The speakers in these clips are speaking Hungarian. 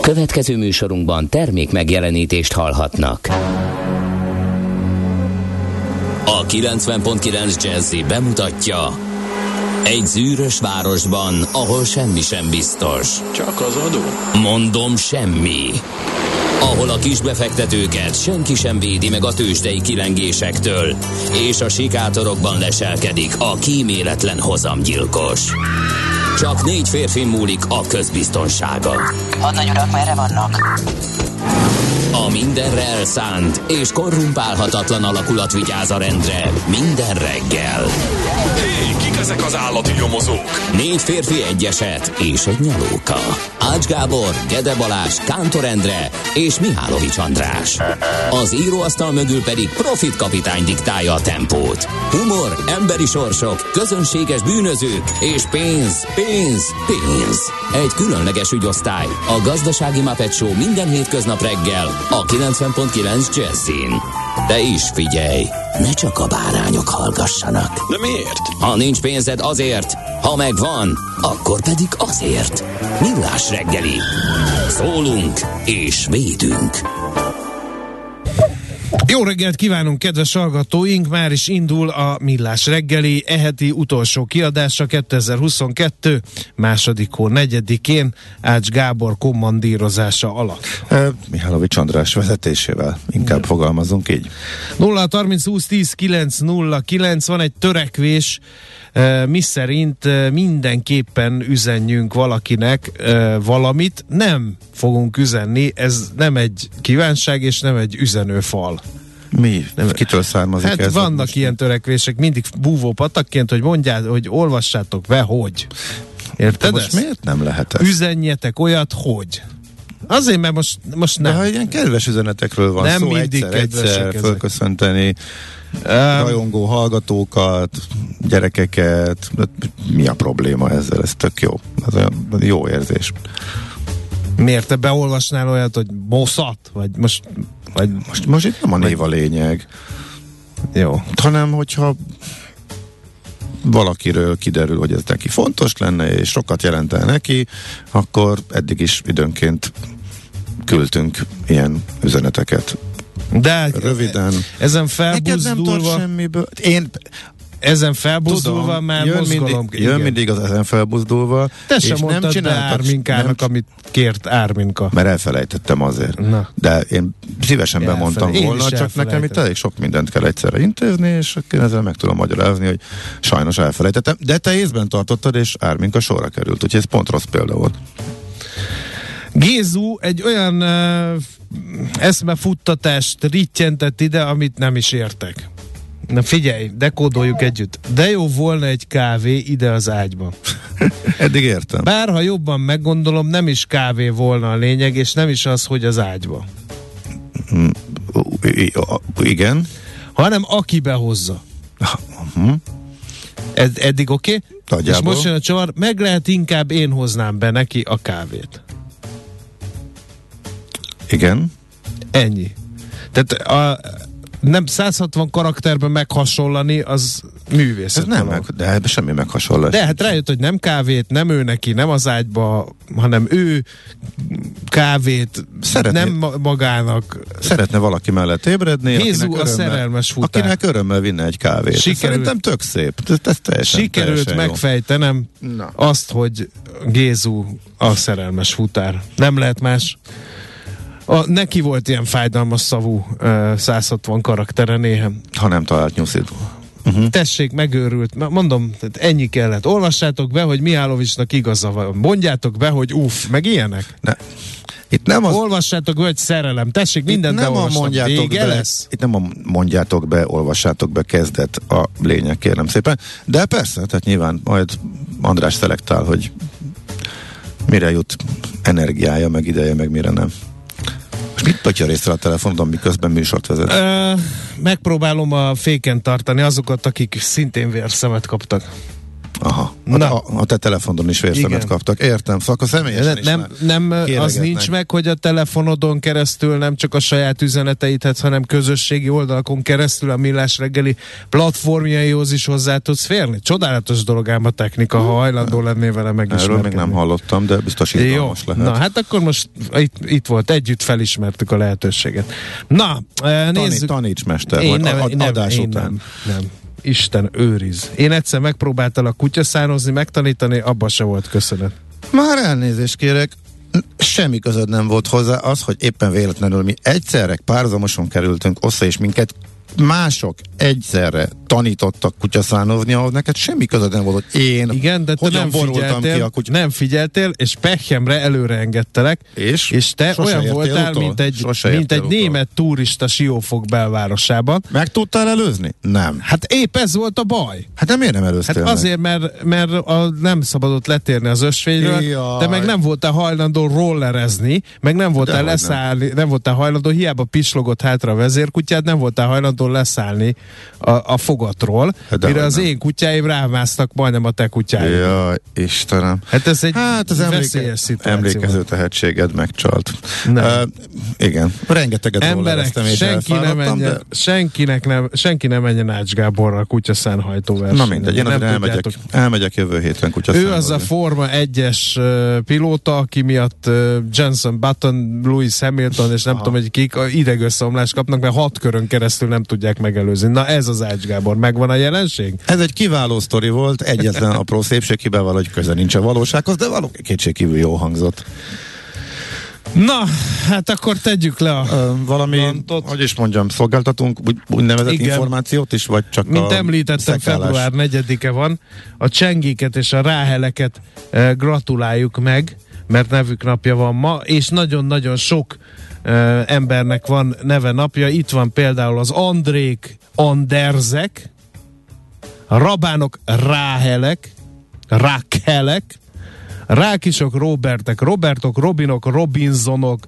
Következő műsorunkban termék megjelenítést hallhatnak. A 90.9 Jazzy bemutatja: egy zűrös városban, ahol semmi sem biztos. Csak az adó? Mondom, semmi. Ahol a kisbefektetőket senki sem védi meg a tőzsdei kilengésektől, és a sikátorokban leselkedik a kíméletlen hozamgyilkos. Csak 4 férfi múlik a közbiztonsága. Hadnagy urak, merre vannak? A mindenre elszánt és korrumpálhatatlan alakulat vigyáz a rendre minden reggel. Hé, kik ezek az állati nyomozók? 4 férfi, egy eset és egy nyalóka. Ács Gábor, Gede Balázs, Kántor Endre és Mihálovics András. Az íróasztal mögül pedig Profit kapitány diktálja a tempót. Humor, emberi sorsok, közönséges bűnözők és pénz, pénz, pénz. Egy különleges ügyosztály, a Gazdasági Muppet Show minden hétköznap reggel a 90.9 Jazzin. De is figyelj, ne csak a bárányok hallgassanak. De miért? Ha nincs pénzed, azért, ha megvan, akkor pedig azért. Millás reggeli. Szólunk és védünk. Jó reggelt kívánunk, kedves hallgatóink! Már is indul a Millás reggeli eheti utolsó kiadása 2022. második hó 4-én Ács Gábor kommandírozása alatt. Mihálovics András vezetésével, inkább fogalmazunk így. 0-30-20-10-9-09 van egy törekvés, miszerint mindenképpen üzenjünk valakinek valamit. Nem fogunk üzenni, ez nem egy kívánság és nem egy üzenőfal. Mi? Kitől származik hát ez? Vannak most ilyen törekvések, mindig búvó patakként, hogy mondják, hogy olvassátok be, hogy. Érted? Most miért nem lehet ez? Üzenjetek olyat, hogy. Azért, mert most nem. De ha ilyen kedves üzenetekről van nem szó, mindig egyszer fölköszönteni rajongó hallgatókat, gyerekeket, mi a probléma ezzel? Ez tök jó. Ez olyan jó érzés. Miért te beolvasnál olyat, hogy Mossad? Vagy most itt nem a név a lényeg. Jó. Hanem, hogyha valakiről kiderül, hogy ez neki fontos lenne, és sokat jelentene neki, akkor eddig is időnként küldtünk ilyen üzeneteket. De röviden. Ezen felbuzdulva... Ezen felbuzdulva tudom, már mozgalom. Jön mindig az ezen felbuzdulva. Te sem mondtad be Árminkának, amit kért Árminka. Mert elfelejtettem azért. Na. De én szívesen bemondtam volna, csak nekem itt elég sok mindent kell egyszerre intézni, és én ezzel meg tudom magyarázni, hogy sajnos elfelejtettem. De te észben tartottad, és Árminka sorra került, úgyhogy ez pont rossz példa volt. Gézu egy olyan eszmefuttatást rittyentett ide, amit nem is értek. Na figyelj, dekódoljuk együtt. De jó volna egy kávé ide az ágyba. Eddig értem. Bár ha jobban meggondolom, nem is kávé volna a lényeg, és nem is az, hogy az ágyba. Igen. Hanem aki behozza. Eddig oké? Okay? És most jön a csavar, meg lehet inkább én hoznám be neki a kávét. Igen. Ennyi. Tehát nem 160 karakterben meghasonlani, az művészet. Ez nem de semmi meghasonlás. De hát rájött, hogy nem kávét, nem ő neki, nem az ágyba, hanem ő kávét nem magának. Szeretne valaki mellett ébredni. Jézu a szerelmes futár. Akinek örömmel vinne egy kávét. Szerintem tök szép. Ez sikerült megfejtenem azt, hogy Gézu a szerelmes futár. Nem lehet más. Neki volt ilyen fájdalmas szavú 160 karaktere néha. Ha nem talált nyuszit. Tessék, megőrült. Mondom, ennyi kellett. Olvassátok be, hogy Mihálovicsnak igaza van. Mondjátok be, hogy meg ilyenek. Itt nem az... Olvassátok be, hogy szerelem. Tessék, mindent beolvastam. Vége lesz. Itt nem mondjátok be, olvassátok be, kezdet a lényeg, kérem szépen. De persze, tehát nyilván majd András szelektál, hogy mire jut energiája, meg ideje, meg mire nem. Most mit pötyör észre a telefonodon, miközben műsort vezet? Megpróbálom a féken tartani azokat, akik szintén vérszemet kaptak. Aha. A te telefonodon is vérszemet kaptak. Értem, szóval akkor személyesen nem az nincs meg, hogy a telefonodon keresztül nem csak a saját üzeneteidhez, hanem közösségi oldalakon keresztül a Millás reggeli platformjaihoz is hozzá tudsz férni. Csodálatos dolog ám a technika, ha hajlandó lennél vele megismerkedni. Erről még nem hallottam, de biztos izgalmas lehet. Na, hát akkor most itt volt, együtt felismertük a lehetőséget. Na, nézzük. Taníts, mester, adás után. Nem. Isten őriz. Én egyszer megpróbáltalak kutyaszánozni, megtanítani, abba se volt köszönet. Már elnézést kérek, semmi között nem volt hozzá az, hogy éppen véletlenül mi egyszerre párhuzamosan kerültünk össze, és minket mások egyszerre tanítottak kutyaszánozni, ahhoz neked semmi között nem volt, hogy én igen, de te nem figyeltél, és pehjemre előre engedtelek, és te olyan voltál, mint egy német turista Siófok belvárosában. Meg tudtál előzni? Nem. Hát épp ez volt a baj. Hát de miért nem előztél meg? Azért, mert nem szabadott letérni az ösvényről, de meg nem voltál hajlandó rollerezni, meg nem voltál leszállni, nem voltál hajlandó, hiába pislogott hátra a vezérkutyád, nem voltál hajlandó leszállni a fogatról, mire az én kutyáim rámásztak majdnem a te kutyáim. Jaj, Istenem. Hát ez egy veszélyes szituáció. Emlékező tehetséged megcsalt. Igen. Rengeteget emberek, senki nem menjen Ács Gáborral kutyaszánhajtó versenyen. Na mindegy, én elmegyek jövő héten kutyaszánhozni. Ő az a Forma 1-es pilóta, aki miatt Jenson Button, Lewis Hamilton, és nem tudom, hogy kik idegösszeomlást kapnak, mert 6 körön keresztül nem tudják megelőzni. Na ez az Ács Gábor, megvan a jelenség? Ez egy kiváló sztori volt, egyetlen apró szépséghibával, hogy köze nincs a valósághoz, de kétségkívül jó hangzott. Na, hát akkor tegyük le valami, hogy is mondjam, szolgáltatunk úgynevezett információt is, vagy csak mint említettem, február 4-e van. A csengiket és a ráheleket gratuláljuk meg, mert nevük napja van ma, és nagyon-nagyon sok embernek van neve napja. Itt van például az Andrék Anderzek, a Rabánok Ráhelek, Rákhelek, Rákisok Robertek, Robertok, Robinok, Robinsonok,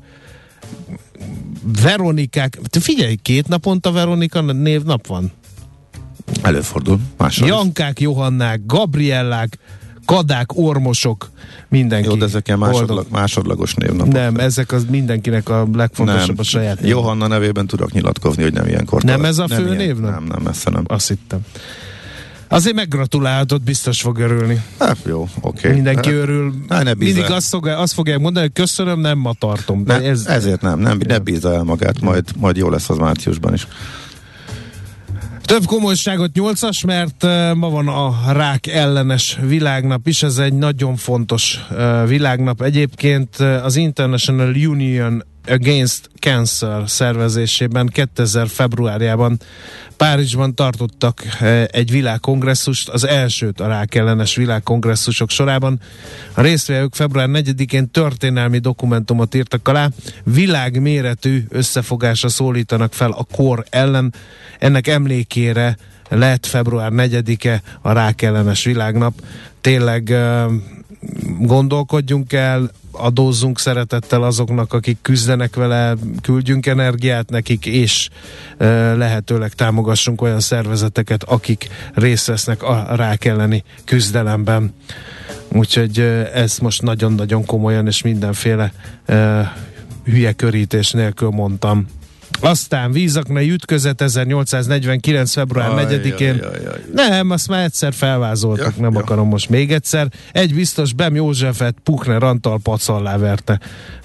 Veronikák. Figyelj, 2 naponta Veronika névnap van. Előfordul. Jankák, Johannák, Gabriellák, Kadák, Ormosok, mindenki. Jó, de ezek ilyen másodlagos névnapok. Nem, ezek az mindenkinek a legfontosabb a saját név. Johanna nevében tudok nyilatkozni, hogy nem ilyenkor. Nem ez a fő névnap? Nem, messze nem. Azt hittem. Azért meggratulálhatod, biztos fog örülni. Hát jó, oké. Mindenki örül. Mindig azt fogják mondani, hogy köszönöm, nem ma tartom. De ezért ne bízza el magát, majd jó lesz az márciusban is. Több komolyságot 8-as, mert ma van a rák ellenes világnap is, ez egy nagyon fontos világnap. Egyébként az International Union Against Cancer szervezésében 2000 februárjában Párizsban tartottak egy világkongresszust, az elsőt a rákellenes világkongresszusok sorában. A résztvevők február 4-én történelmi dokumentumot írtak alá, világméretű összefogásra szólítanak fel a kór ellen. Ennek emlékére lett február 4-e a rákellenes világnap. Tényleg gondolkodjunk el, adózzunk szeretettel azoknak, akik küzdenek vele, küldjünk energiát nekik, és lehetőleg támogassunk olyan szervezeteket, akik részt vesznek a rák elleni küzdelemben. Úgyhogy ezt most nagyon-nagyon komolyan és mindenféle hülye körítés nélkül mondtam. Aztán vízaknai ütközet 1849. február 4-én. Nem, azt már egyszer felvázoltak, nem akarom most még egyszer. Egy biztos, Bem Józsefet Puchner Antal pacallá verte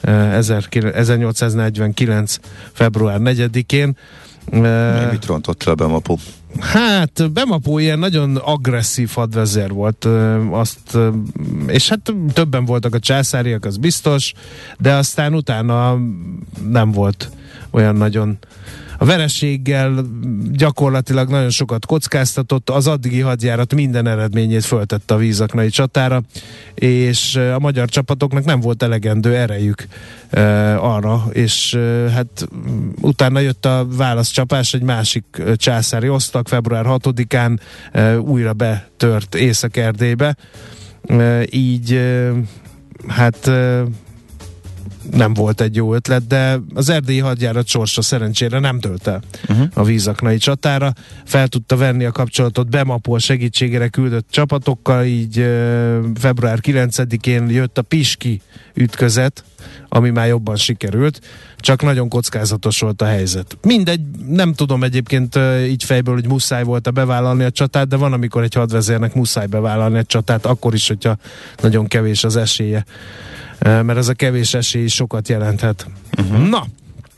1849. február 4-én. Mit rontott le Bemapó? Hát Bemapó ilyen nagyon agresszív hadvezér volt, és hát többen voltak a császáriak, az biztos, de aztán utána nem volt olyan nagyon. A vereséggel gyakorlatilag nagyon sokat kockáztatott, az addigi hadjárat minden eredményét föltette a vízaknai csatára, és a magyar csapatoknak nem volt elegendő erejük arra, és hát utána jött a válaszcsapás, egy másik császári osztag február 6-án újra betört Észak-Erdélybe, így hát nem volt egy jó ötlet, de az erdélyi hadjárat sorsa szerencsére nem dőlt el a vízaknai csatára. Fel tudta venni a kapcsolatot Bemapol segítségére küldött csapatokkal, így február 9-én jött a Piski ütközet, ami már jobban sikerült, csak nagyon kockázatos volt a helyzet. Mindegy, nem tudom egyébként így fejből, hogy muszáj volt bevállalni a csatát, de van, amikor egy hadvezérnek muszáj bevállalni egy csatát, akkor is, hogyha nagyon kevés az esélye. Mert ez a kevés esély sokat jelenthet. Na,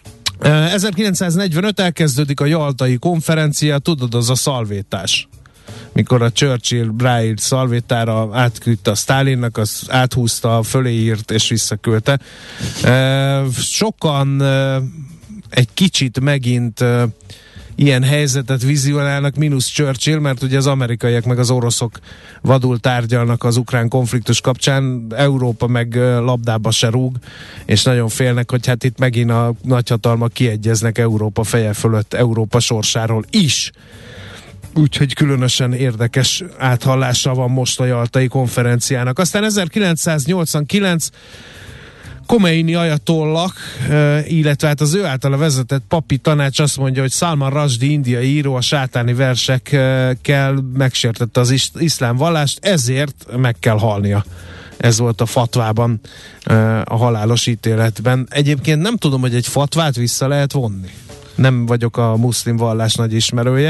1945 elkezdődik a Jaltai konferencia, tudod, az a szalvétás. Mikor a Churchill ráírt szalvétára, átküldte a Sztálinnak, az áthúzta, fölé írt és visszaküldte. Sokan egy kicsit megint ilyen helyzetet vizionálnak, mínusz Churchill, mert ugye az amerikaiak meg az oroszok vadul tárgyalnak az ukrán konfliktus kapcsán, Európa meg labdába se rúg, és nagyon félnek, hogy hát itt megint a nagyhatalmak kiegyeznek Európa feje fölött, Európa sorsáról is. Úgyhogy különösen érdekes áthallása van most a Jaltai konferenciának. Aztán 1989 Khomeini ajatollak, illetve hát az ő általa vezetett papi tanács azt mondja, hogy Salman Rushdie indiai író a sátáni versekkel megsértette az iszlám vallást, ezért meg kell halnia. Ez volt a fatvában, a halálos ítéletben. Egyébként nem tudom, hogy egy fatvát vissza lehet vonni. Nem vagyok a muszlim vallás nagy ismerője,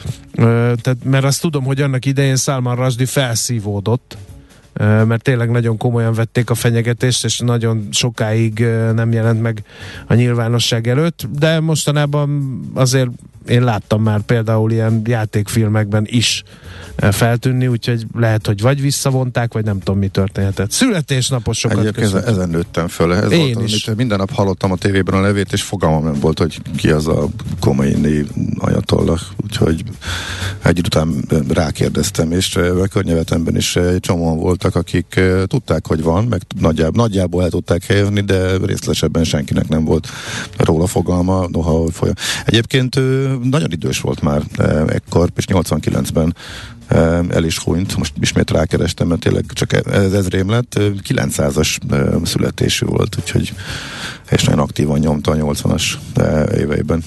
mert azt tudom, hogy annak idején Salman Rushdie felszívódott, mert tényleg nagyon komolyan vették a fenyegetést, és nagyon sokáig nem jelent meg a nyilvánosság előtt, de mostanában azért én láttam már például ilyen játékfilmekben is feltűnni, úgyhogy lehet, hogy vagy visszavonták, vagy nem tudom, mi történhetett. Születésnaposokat köszönöm. Ezen nőttem föl. Ez én volt, is. Minden nap hallottam a tévében a nevét, és fogalmam nem volt, hogy ki az a Khomeini ajatollah, úgyhogy egy után rákérdeztem, és a környevetemben is egy csomóan voltak, akik tudták, hogy van, meg nagyjából el tudták helyezni, de részletesebben senkinek nem volt róla fogalma, noha folyam. Egyébként nagyon idős volt már ekkor, és 89-ben el is hunyt, most ismét rákerestem, mert tényleg csak ez rém lett, 900-as születésű volt, úgyhogy és nagyon aktívan nyomta a 80-as éveiben.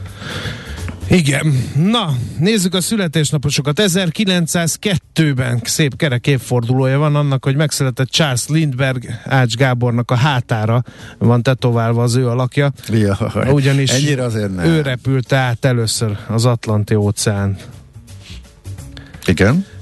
Igen. Na, nézzük a születésnaposokat. 1902-ben szép kerek évfordulója van annak, hogy megszületett Charles Lindbergh, Ács Gábornak a hátára van tetoválva az ő alakja. Jaj, ugyanis ennyire azért nem. Ő repült át először az Atlanti-óceán. Igen.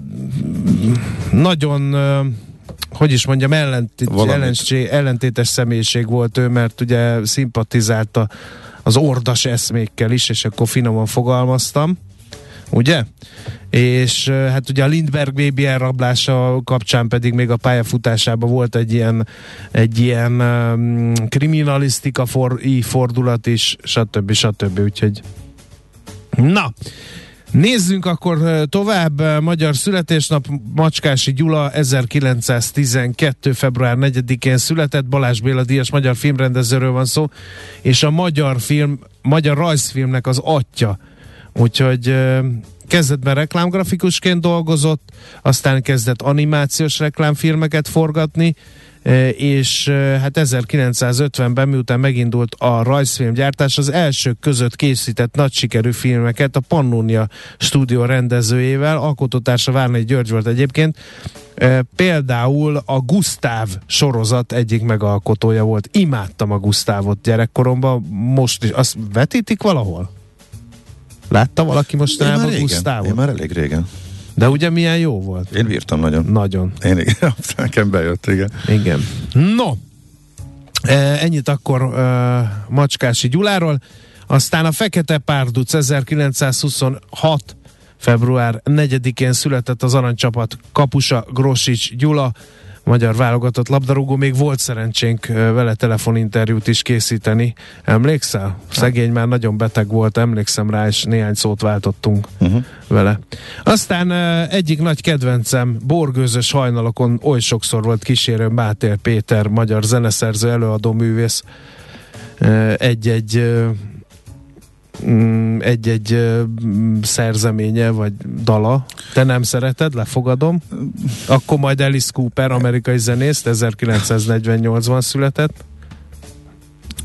Nagyon hogy is mondjam, ellentétes személyiség volt ő, mert ugye szimpatizálta az ordas eszmékkel is, és akkor finoman fogalmaztam, ugye? És hát ugye a Lindbergh baby elrablása kapcsán pedig még a pályafutásában volt egy ilyen kriminalisztika fordulat is, stb. Úgyhogy na, nézzünk akkor tovább. Magyar születésnap, Macskási Gyula 1912. február 4-én született, Balázs Béla díjas magyar filmrendezőről van szó, és a magyar rajzfilmnek az atya. Úgyhogy kezdetben reklámgrafikusként dolgozott, aztán kezdett animációs reklámfilmeket forgatni, és hát 1950-ben, miután megindult a rajzfilmgyártás, az elsők között készített nagy sikerű filmeket a Pannonia stúdió rendezőjével, alkotótársa Várnai György volt egyébként, például a Gusztáv sorozat egyik megalkotója volt. Imádtam a Gusztávot gyerekkoromban, most is. Azt vetítik valahol? Látta valaki mostanában a Gusztávot? Én már elég régen. De ugye milyen jó volt? Én bírtam nagyon. Nagyon. Én igen, nekem bejött, igen. Igen. No, ennyit akkor Macskási Gyuláról. Aztán a Fekete Párduc 1926. február 4-én született az aranycsapat kapusa, Grosics Gyula, magyar válogatott labdarúgó. Még volt szerencsénk vele telefoninterjút is készíteni. Emlékszel? Szegény már nagyon beteg volt, emlékszem rá, és néhány szót váltottunk vele. Aztán egyik nagy kedvencem, borgőzös hajnalokon oly sokszor volt kísérőm, Mátér Péter, magyar zeneszerző, előadó művész. Egy-egy szerzeménye, vagy dala. Te nem szereted, lefogadom. Akkor majd Alice Cooper, amerikai zenész, 1948-ban született.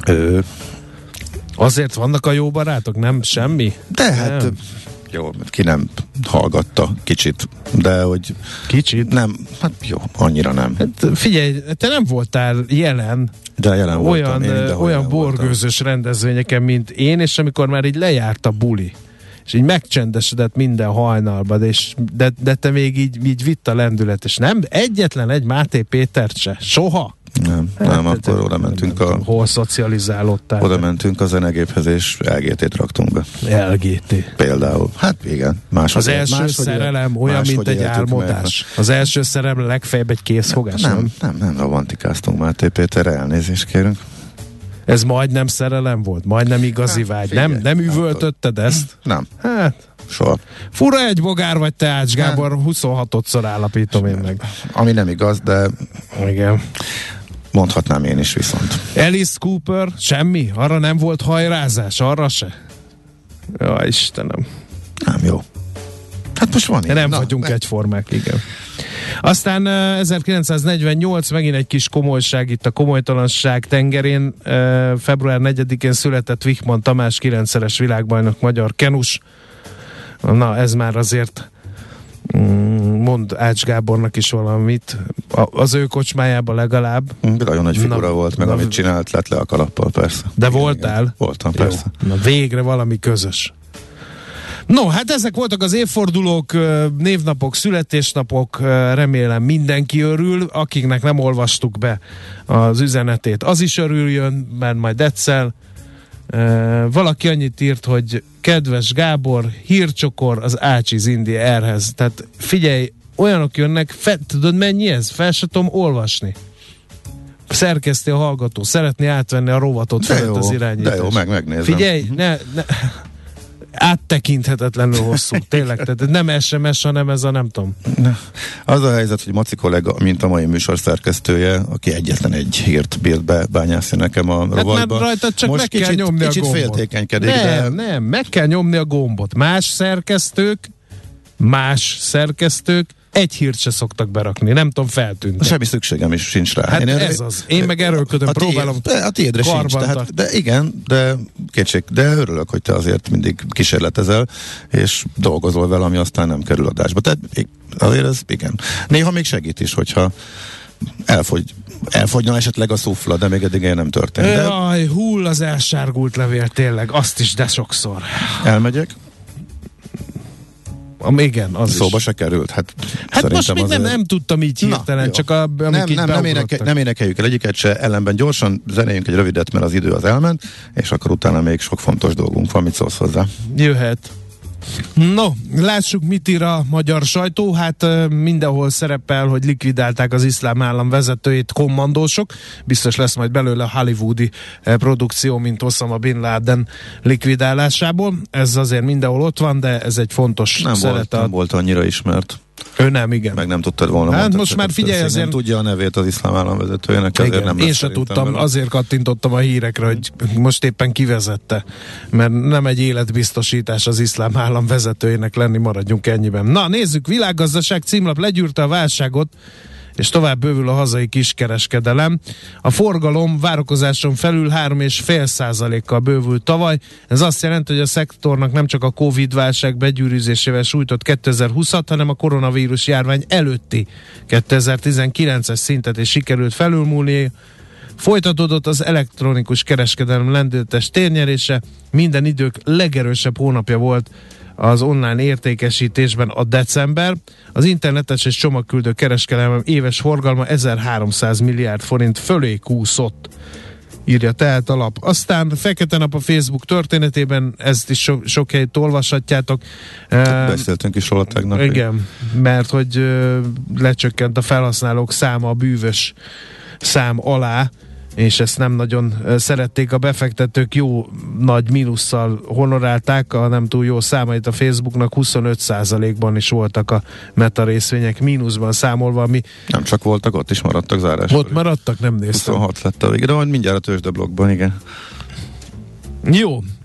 Azért vannak a jó barátok, nem semmi? De hát nem. Jó, ki nem hallgatta kicsit, de hogy kicsit? Nem, hát jó, annyira nem. Hát figyelj, te nem voltál jelen, de jelen olyan borgőzös rendezvényeken, mint én, és amikor már így lejárt a buli, és így megcsendesedett minden hajnalban, és de te még így vitt a lendület, és nem egyetlen egy Máté Pétert se, soha. Nem, akkor oda mentünk hol szocializálódtál? Oda mentünk a zenegéphez, és LGT-t raktunk be. LGT. Például. Hát igen. Az első szerelem olyan, mint egy álmodás. Az első szerelem legfeljebb egy készfogás, nem romantikáztunk, Máté Péter, elnézést kérünk. Ez majdnem szerelem volt? Majdnem igazi vágy? Figyelj, nem üvöltötted ezt? Nem. Hát, soha. Fura egy bogár vagy te, Ács Gábor, 26-szor állapítom én meg. Ami nem igaz, de igen. Mondhatnám én is viszont. Alice Cooper, semmi? Arra nem volt hajrázás? Arra se? Jaj, Istenem. Nem jó. Hát most van. Nem vagyunk egyformák, igen. Aztán 1948 megint egy kis komolyság itt a komolytalanság tengerén. Február 4-én született Wichmann Tamás, 9-szeres világbajnok, magyar kenus. Na, ez már azért mond Ács Gábornak is valamit. Az ő kocsmájában legalább. Nagyon nagy figura volt, meg amit csinált, lett le a kalappal, persze. De voltál? Igen. Voltam, persze. Jó. Na, végre valami közös. No, hát ezek voltak az évfordulók, névnapok, születésnapok, remélem mindenki örül, akiknek nem olvastuk be az üzenetét, az is örüljön, mert majd egyszer. Valaki annyit írt, hogy kedves Gábor, hírcsokor az Ácsi Zindi erhez. Tehát figyelj, olyanok jönnek, tudod mennyi ez? Fel se tudom olvasni. Szerkesztő a hallgató, szeretné átvenni a rovatot felett az irányítást. De jó, megnézem. Figyelj, ne áttekinthetetlenül hosszú, tényleg, tehát nem SMS, hanem ez a nem tudom. Az a helyzet, hogy Maci kollega, mint a mai műsor szerkesztője, aki egyetlen egy hírt bírt bebányászni nekem a rovatba. Hát már rajtad csak most meg kell nyomni a gombot. Kicsit féltékenykedik, nem, meg kell nyomni a gombot. Más szerkesztők egy hírt se szoktak berakni, nem tudom, feltűnt. Semmi szükségem is sincs rá. Hát ez az. Én meg erőlködöm, próbálom. A tiédre sincs, de igen, de örülök, hogy te azért mindig kísérletezel, és dolgozol vele, ami aztán nem kerül adásba. Tehát azért ez igen. Néha még segít is, hogyha elfogyna esetleg a szufla, de még eddig nem történt. Jaj, hull az elsárgult levél, tényleg, azt is, de sokszor. Elmegyek? Igen, az szóba se került. Hát most még nem tudtam így hirtelen, csak amik így nem énekeljük el egyiket se, ellenben gyorsan zenéljünk egy rövidet, mert az idő az elment, és akkor utána még sok fontos dolgunk van, mit szólsz hozzá? Jöhet. No, lássuk, mit ír a magyar sajtó. Hát mindenhol szerepel, hogy likvidálták az iszlám állam vezetőjét kommandósok. Biztos lesz majd belőle a hollywoodi produkció, mint Osama Bin Laden likvidálásából. Ez azért mindenhol ott van, de ez egy fontos szelet. Nem volt annyira ismert. Ő nem, igen. Meg nem tudtad volna. Hát most már figyelj, azért... Nem tudja a nevét az iszlám államvezetőjének, ezért nem lesz. Én se tudtam, azért kattintottam a hírekre, hogy most éppen kivezette, mert nem egy életbiztosítás az iszlám állam vezetőjének lenni, maradjunk ennyiben. Na, nézzük, világgazdaság címlap legyűrte a válságot, és tovább bővül a hazai kiskereskedelem. A forgalom várakozáson felül 3,5%-kal bővült tavaly. Ez azt jelenti, hogy a szektornak nem csak a Covid-válság begyűrűzésével sújtott 2020-at, hanem a koronavírus járvány előtti 2019-es szintet is sikerült felülmúlni. Folytatódott az elektronikus kereskedelem lendületes térnyerése. Minden idők legerősebb hónapja volt az online értékesítésben a december. Az internetes és csomagküldő kereskedelem éves forgalma 1300 milliárd forint fölé kúszott, írja tehát a lap. Aztán fekete nap a Facebook történetében, ezt is sok helyt olvashatjátok. Beszéltünk is róla tegnap. Igen, mert hogy lecsökkent a felhasználók száma a bűvös szám alá, és ezt nem nagyon szerették a befektetők, jó nagy mínusszal honorálták a nem túl jó számait a Facebooknak, 25%-ban is voltak a Meta részvények mínuszban számolva, ami... Nem csak voltak, ott is maradtak zárásra. Ott maradtak, nem néztem. 26 lett a végre, de majd mindjárt a tőzsdeblokkban, igen. Jó,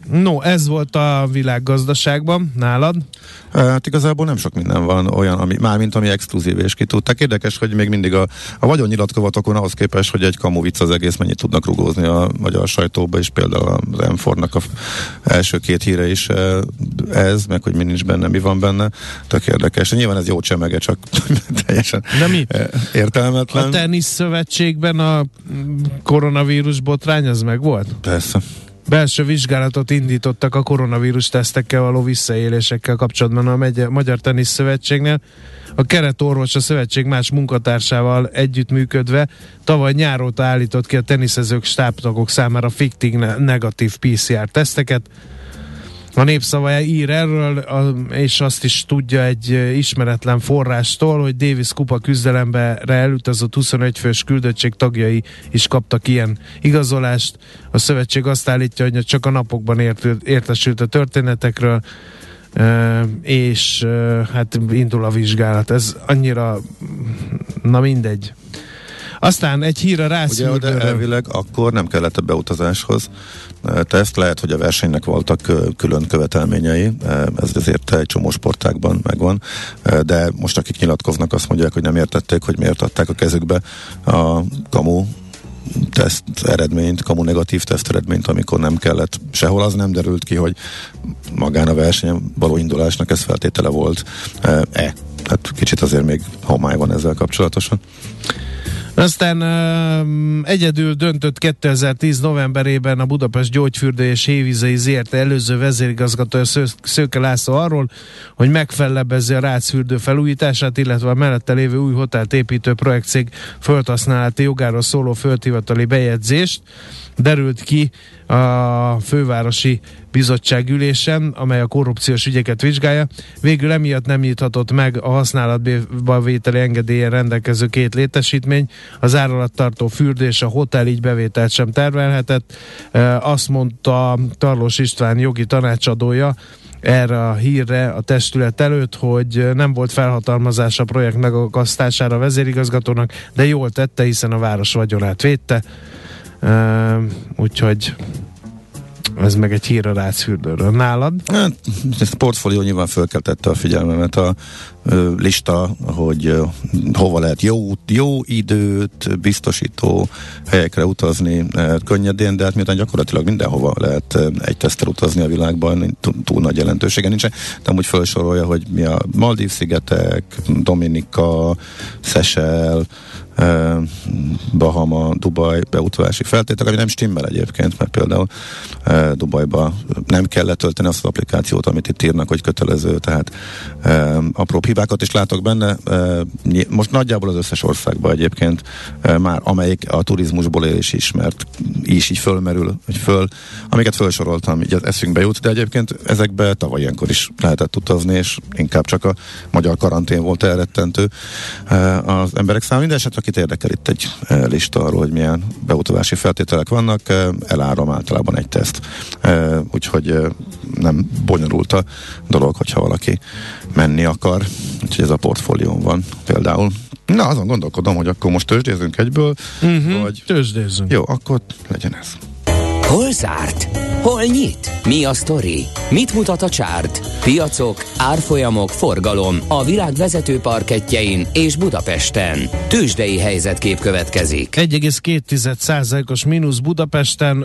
No, ez volt a világgazdaságban nálad. Hát igazából nem sok minden van olyan, mármint ami exkluzív és kitudták. Érdekes, hogy még mindig a vagyonnyilatkovatokon ahhoz képest, hogy egy kamu vicc az egész mennyit tudnak rugózni a magyar sajtóba, és például az M4-nak a első 2 híre is ez, meg hogy mi nincs benne, mi van benne. Tök érdekes. Nyilván ez jó csemege, csak teljesen értelmetlen. A teniszszövetségben a koronavírus botrány az meg volt? Persze. Belső vizsgálatot indítottak a koronavírus tesztekkel való visszaélésekkel kapcsolatban a Magyar Teniszszövetségnél. A keretorvos a szövetség más munkatársával együttműködve tavaly nyár óta állított ki a teniszezők stábtagok számára fiktív negatív PCR teszteket. A Népszava ír erről, és azt is tudja egy ismeretlen forrástól, hogy Davis kupa küzdelembe elutazott 21 fős küldöttség tagjai is kaptak ilyen igazolást. A szövetség azt állítja, hogy csak a napokban értesült a történetekről, és hát indul a vizsgálat. Ez annyira, na mindegy. Aztán egy hír a rászűrőről. Ugye elvileg akkor nem kellett a beutazáshoz teszt, lehet, hogy a versenynek voltak külön követelményei, ez azért egy csomó sportágban megvan, de most akik nyilatkoznak, azt mondják, hogy nem értették, hogy miért adták a kezükbe a kamu teszt eredményt, kamu negatív teszt eredményt, amikor nem kellett sehol. Az nem derült ki, hogy magán a versenyen való indulásnak ez feltétele volt. Tehát kicsit azért még homály van ezzel kapcsolatosan. Aztán egyedül döntött 2010 novemberében a Budapest Gyógyfürdő és Hévizei ZRT előző vezérigazgatója Szőke László arról, hogy megfellebbezi a Rácz-fürdő felújítását, illetve a mellette lévő új hotelt építő projektcég földhasználati jogáról szóló földhivatali bejegyzést. Derült ki a fővárosi bizottság ülésen, amely a korrupciós ügyeket vizsgálja. Végül emiatt nem nyithatott meg a használatba vételi engedélyen rendelkező 2 létesítmény, az ár alatt tartó fürdő és a hotel így bevételt sem tervelhetett. Azt mondta Tarlós István jogi tanácsadója erre a hírre a testület előtt, hogy nem volt felhatalmazás a projekt megakasztására a vezérigazgatónak, de jól tette, hiszen a város vagyonát védte. Úgyhogy ez meg egy hír a Rácz-fürdőről. Nálad? Hát, ez a portfólió nyilván fölkeltette a figyelmemet a lista, hogy hova lehet jó időt biztosító helyekre utazni könnyedén, de hát miután gyakorlatilag mindenhova lehet egy tesztel utazni a világban, túl nagy jelentősége nincsen, de amúgy felsorolja, hogy mi a Maldív-szigetek, Dominika, Seychelles, Bahama, Dubaj beutazási feltételek, ami nem stimmel egyébként, mert például Dubajba nem kell letölteni azt az applikációt, amit itt írnak, hogy kötelező, tehát apró hibákat is látok benne. Most nagyjából az összes országban egyébként már amelyik a turizmusból él és ismert, így fölmerül, amiket felsoroltam, így az eszünkbe jut, de egyébként ezekbe tavaly ilyenkor is lehetett utazni, és inkább csak a magyar karantén volt elrettentő az emberek számára. Mindenesetre akit érdekel, itt egy lista arról, hogy milyen beutazási feltételek vannak, elárom általában egy teszt. Úgyhogy nem bonyolult a dolog, hogyha valaki menni akar. Úgyhogy ez a portfólión van például. Na, azon gondolkodom, hogy akkor most tőzsdézzünk egyből, vagy... Tőzsdézzünk. Jó, akkor legyen ez. Hol zárt? Hol nyit? Mi a sztori? Mit mutat a csárt? Piacok, árfolyamok, forgalom a világ vezető parkettjein és Budapesten. Tőzsdei helyzetkép következik. 1,2%-os mínusz Budapesten,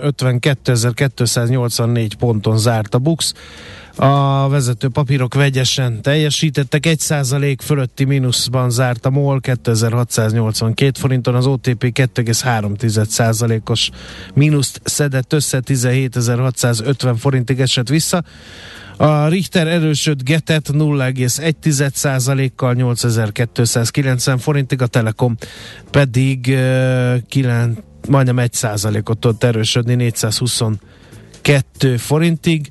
52.284 ponton zárt a BUX. A vezető papírok vegyesen teljesítettek, 1% fölötti mínuszban zárt a MOL 2682 forinton, az OTP 2,3%-os mínuszt szedett össze, 17.650 forintig esett vissza. A Richter erősödgetett 0,1%-kal 8290 forintig, a Telekom pedig majdnem 1%-ot tudott erősödni 422 forintig.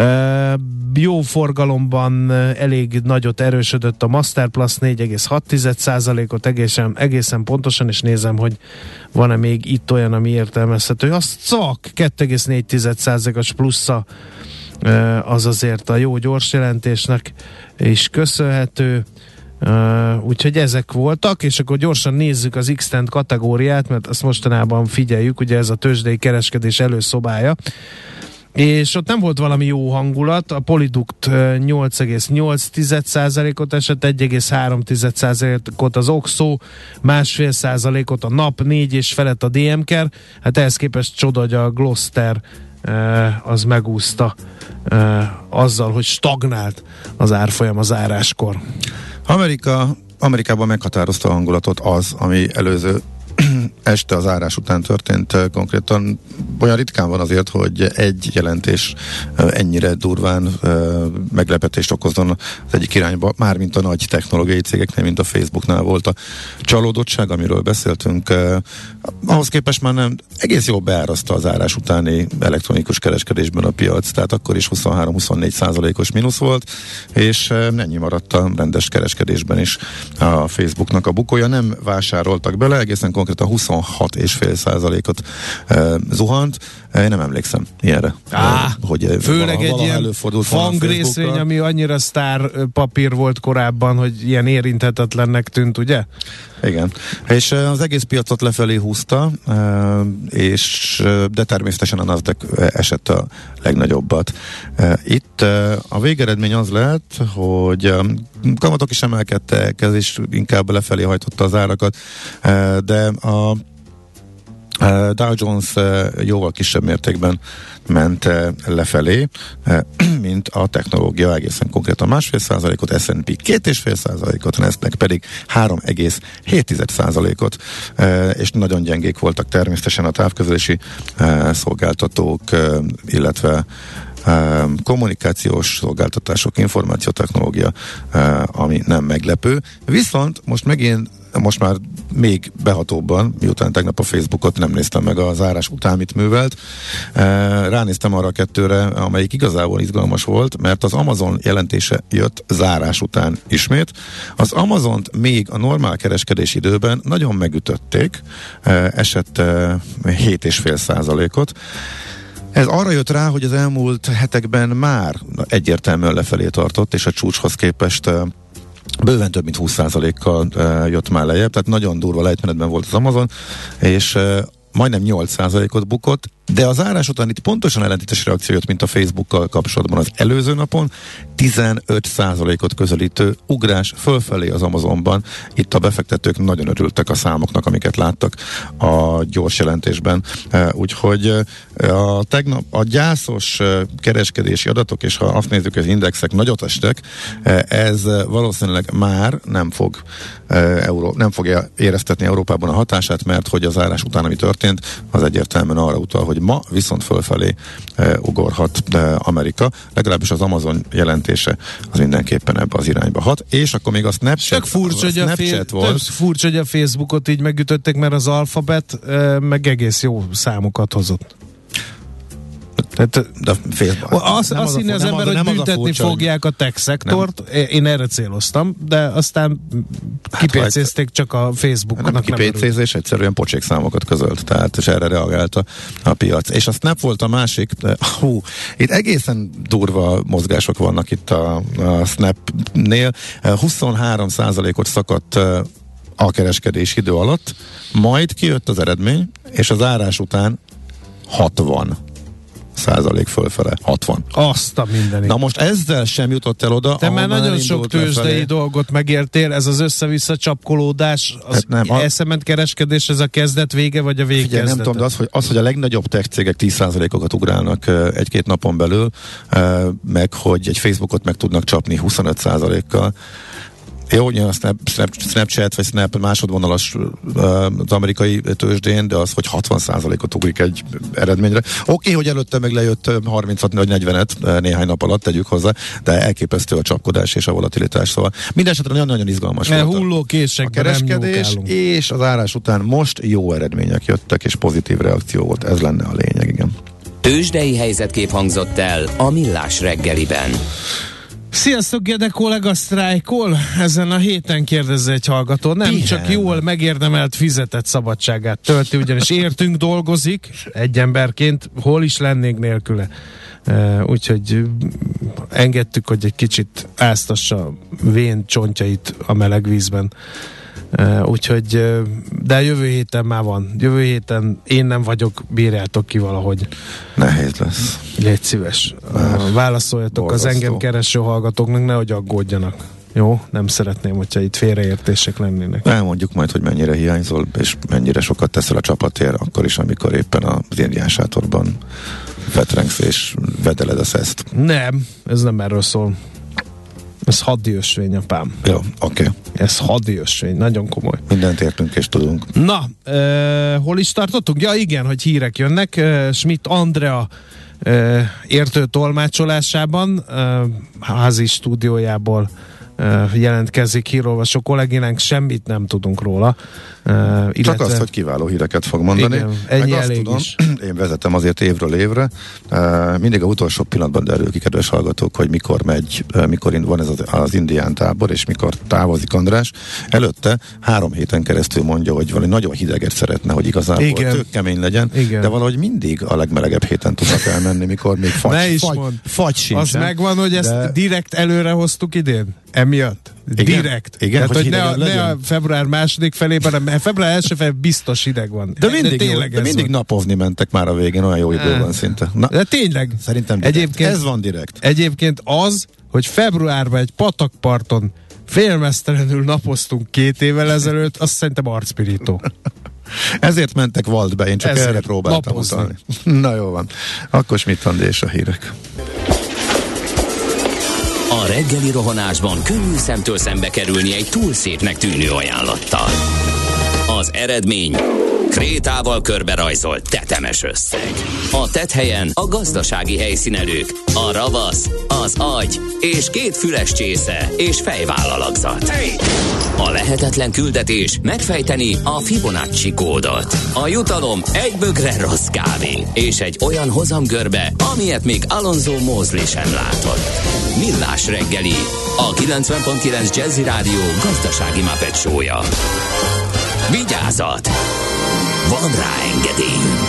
Jó forgalomban elég nagyot erősödött a Masterplus 4,6%-ot egészen pontosan, és nézem, hogy van-e még itt olyan, ami értelmezhető. Az csak 2,4%-os plusza, az azért a jó gyors jelentésnek is köszönhető. Úgyhogy ezek voltak, és akkor gyorsan nézzük az X-Tent kategóriát, mert azt mostanában figyeljük, ugye ez a tőzsdei kereskedés előszobája. és ott nem volt valami jó hangulat, a Polyduct 8,8%-ot esett, 1,3%-ot az Oxo, 1,5%-ot a NAP, 4,5 a DMker, hát ehhez képest csoda, hogy a Gloster az megúszta azzal, hogy stagnált az árfolyam az záráskor. Amerikában meghatározta a hangulatot az, ami előző este az zárás után történt. Konkrétan olyan ritkán van azért, hogy egy jelentés ennyire durván meglepetést okozzon az egyik irányba, mármint a nagy technológiai cégeknél, mint a Facebooknál volt a csalódottság, amiről beszéltünk. Ahhoz képest már nem egész jól beáraszta az zárás utáni elektronikus kereskedésben a piac, tehát akkor is 23-24%-os mínusz volt, és ennyi maradt a rendes kereskedésben is a Facebooknak a bukója. Nem vásároltak bele, egészen konkrétan 26,5%-ot zuhant. Én nem emlékszem ilyenre. Hogy főleg egy ilyen fang részvény, ami annyira sztár papír volt korábban, hogy ilyen érinthetetlennek tűnt, ugye? Igen. És az egész piacot lefelé húzta, de természetesen a Nasdaq esett a legnagyobbat. Itt a végeredmény az lett, hogy kamatok is emelkedtek, ez is inkább lefelé hajtotta az árakat, de a Dow Jones jóval kisebb mértékben ment lefelé, mint a technológia, egészen konkrétan 1,5%-ot, S&P 2,5%-ot, Nasdaq pedig 3,7%-ot, és nagyon gyengék voltak természetesen a távközlési szolgáltatók, illetve kommunikációs szolgáltatások, információtechnológia, ami nem meglepő. Viszont most már még behatóbban, miután tegnap a Facebookot nem néztem meg a zárás után, mit művelt, ránéztem arra a kettőre, amelyik igazából izgalmas volt, mert az Amazon jelentése jött zárás után ismét. Az Amazont még a normál kereskedési időben nagyon megütötték, esett 7,5%-ot. Ez arra jött rá, hogy az elmúlt hetekben már egyértelműen lefelé tartott, és a csúcshoz képest bőven több mint 20%-kal jött már lejjebb, tehát nagyon durva lejtmenetben volt az Amazon, és majdnem 8%-ot bukott, de az zárás után itt pontosan ellentétes reakció jött, mint a Facebookkal kapcsolatban az előző napon, 15%-ot közelítő ugrás fölfelé az Amazonban. Itt a befektetők nagyon örültek a számoknak, amiket láttak a gyors jelentésben. Úgyhogy tegnap a gyászos kereskedési adatok, és ha azt nézzük, az indexek nagyot estek, ez valószínűleg már nem fogja éreztetni Európában a hatását, mert hogy az zárás után, ami történt, az egyértelműen arra utal, hogy ma viszont fölfelé ugorhat Amerika, legalábbis az Amazon jelentése az mindenképpen ebbe az irányba hat, és akkor még a Snapchat volt. Furcsa, hogy a Facebookot így megütötték, mert az Alphabet meg egész jó számokat hozott. Azt hinni az ember, hogy büntetni fogják a tech szektort, én erre céloztam, de aztán kipécézték csak a Facebooknak. Nem kipécézés, egyszerűen pocsék számokat közölt, tehát és erre reagált a piac. És a Snap volt a másik, itt egészen durva mozgások vannak itt a Snapnél, 23%-ot szakadt a kereskedés idő alatt, majd kijött az eredmény, és az zárás után 60% fölfele. 60. Azt a mindenit. Na most ezzel sem jutott el oda. Te már nagyon sok tőzsdei dolgot megértél, ez az össze-vissza csapkolódás, az elszement kereskedés, ez a kezdet vége, vagy a végkezdete? Nem tudom, de hogy a legnagyobb tech cégek 10%-okat ugrálnak egy-két napon belül, meg hogy egy Facebookot meg tudnak csapni 25%-kal. Jó, ugye a Snapchat vagy Snap másodvonalas az amerikai tőzsdén, de az, hogy 60%-ot ugrik egy eredményre. Oké, hogy előtte meg lejött 36 vagy 40-et néhány nap alatt, tegyük hozzá, de elképesztő a csapkodás és a volatilitás, szóval mindenesetre nagyon-nagyon izgalmas volt a kereskedés, és az árás után most jó eredmények jöttek, és pozitív reakció volt. Ez lenne a lényeg, igen. Tőzsdei helyzetkép hangzott el a Millás reggeliben. Sziasztok, Gede kollega sztrájkol? Ezen a héten kérdezze egy hallgató. Nem Pihen. Csak jól megérdemelt fizetett szabadságát tölti, ugyanis értünk dolgozik egy emberként, hol is lennénk nélküle. Úgyhogy engedtük, hogy egy kicsit áztassa vén csontjait a meleg vízben. Úgyhogy, de jövő héten már van. Jövő héten én nem vagyok, bírjátok ki valahogy. Nehéz lesz. Légy szíves. Válaszoljatok borzasztó. az engem kereső hallgatóknak, nehogy aggódjanak. Jó? Nem szeretném, hogyha itt félreértések lennének. Elmondjuk majd, hogy mennyire hiányzol, és mennyire sokat teszel a csapatért, akkor is, amikor éppen az indián sátorban vetrengsz és vedeled a szeszt. Nem, ez nem erről szól. Ez hadi ösvény, apám. Jó, oké. Ez hadi ösvény, nagyon komoly. Mindent értünk és tudunk. Na, hol is tartottunk? Ja igen, hogy hírek jönnek. Schmidt Andrea értő tolmácsolásában, házi stúdiójából jelentkezik hírolvasó kollégénánk, semmit nem tudunk róla. Csak azt, hogy kiváló híreket fog mondani. Igen, ennyi meg azt elég tudom, is. én vezetem azért évről évre. Mindig a utolsó pillanatban derül ki, kedves hallgatók, hogy mikor megy, mikor van ez az indián tábor, és mikor távozik András. Előtte 3 héten keresztül mondja, hogy valami nagyon hideget szeretne, hogy igazából tök kemény legyen, igen. De valahogy mindig a legmelegebb héten tudnak elmenni, mikor még fagy sincsen. Az megvan, hogy ezt direkt előre hoztuk idén? Emiatt? Igen? Direkt. Igen, tehát, hogy ne a február második felében, hanem február első felében biztos hideg van. De mindig napozni mentek már a végén, olyan jó idő van szinte. Na, de tényleg. Szerintem direkt. Ez van direkt. Egyébként az, hogy februárban egy patakparton félmeztelenül napoztunk 2 évvel ezelőtt, azt szerintem arcpirító. Ezért mentek Waldbe, én csak ezért erre próbáltam utalni. Na jó van. Akkor Schmidt Andi és a hírek. A reggeli rohanásban könnyű szemtől szembe kerülni egy túl szépnek tűnő ajánlattal. Az eredmény krétával körberajzolt tetemes összeg. A tetthelyen a gazdasági helyszínelők, a ravasz, az agy és 2 füles csésze és fejvállalakzat. A lehetetlen küldetés megfejteni a Fibonacci kódot. A jutalom egy bögre rossz kávé és egy olyan hozamgörbe, amilyet még Alonso Mosley sem látott. Millás reggeli, a 90.9 Jazzy Rádió gazdasági Muppet show-ja. Vigyázat! Van rá engedélyünk!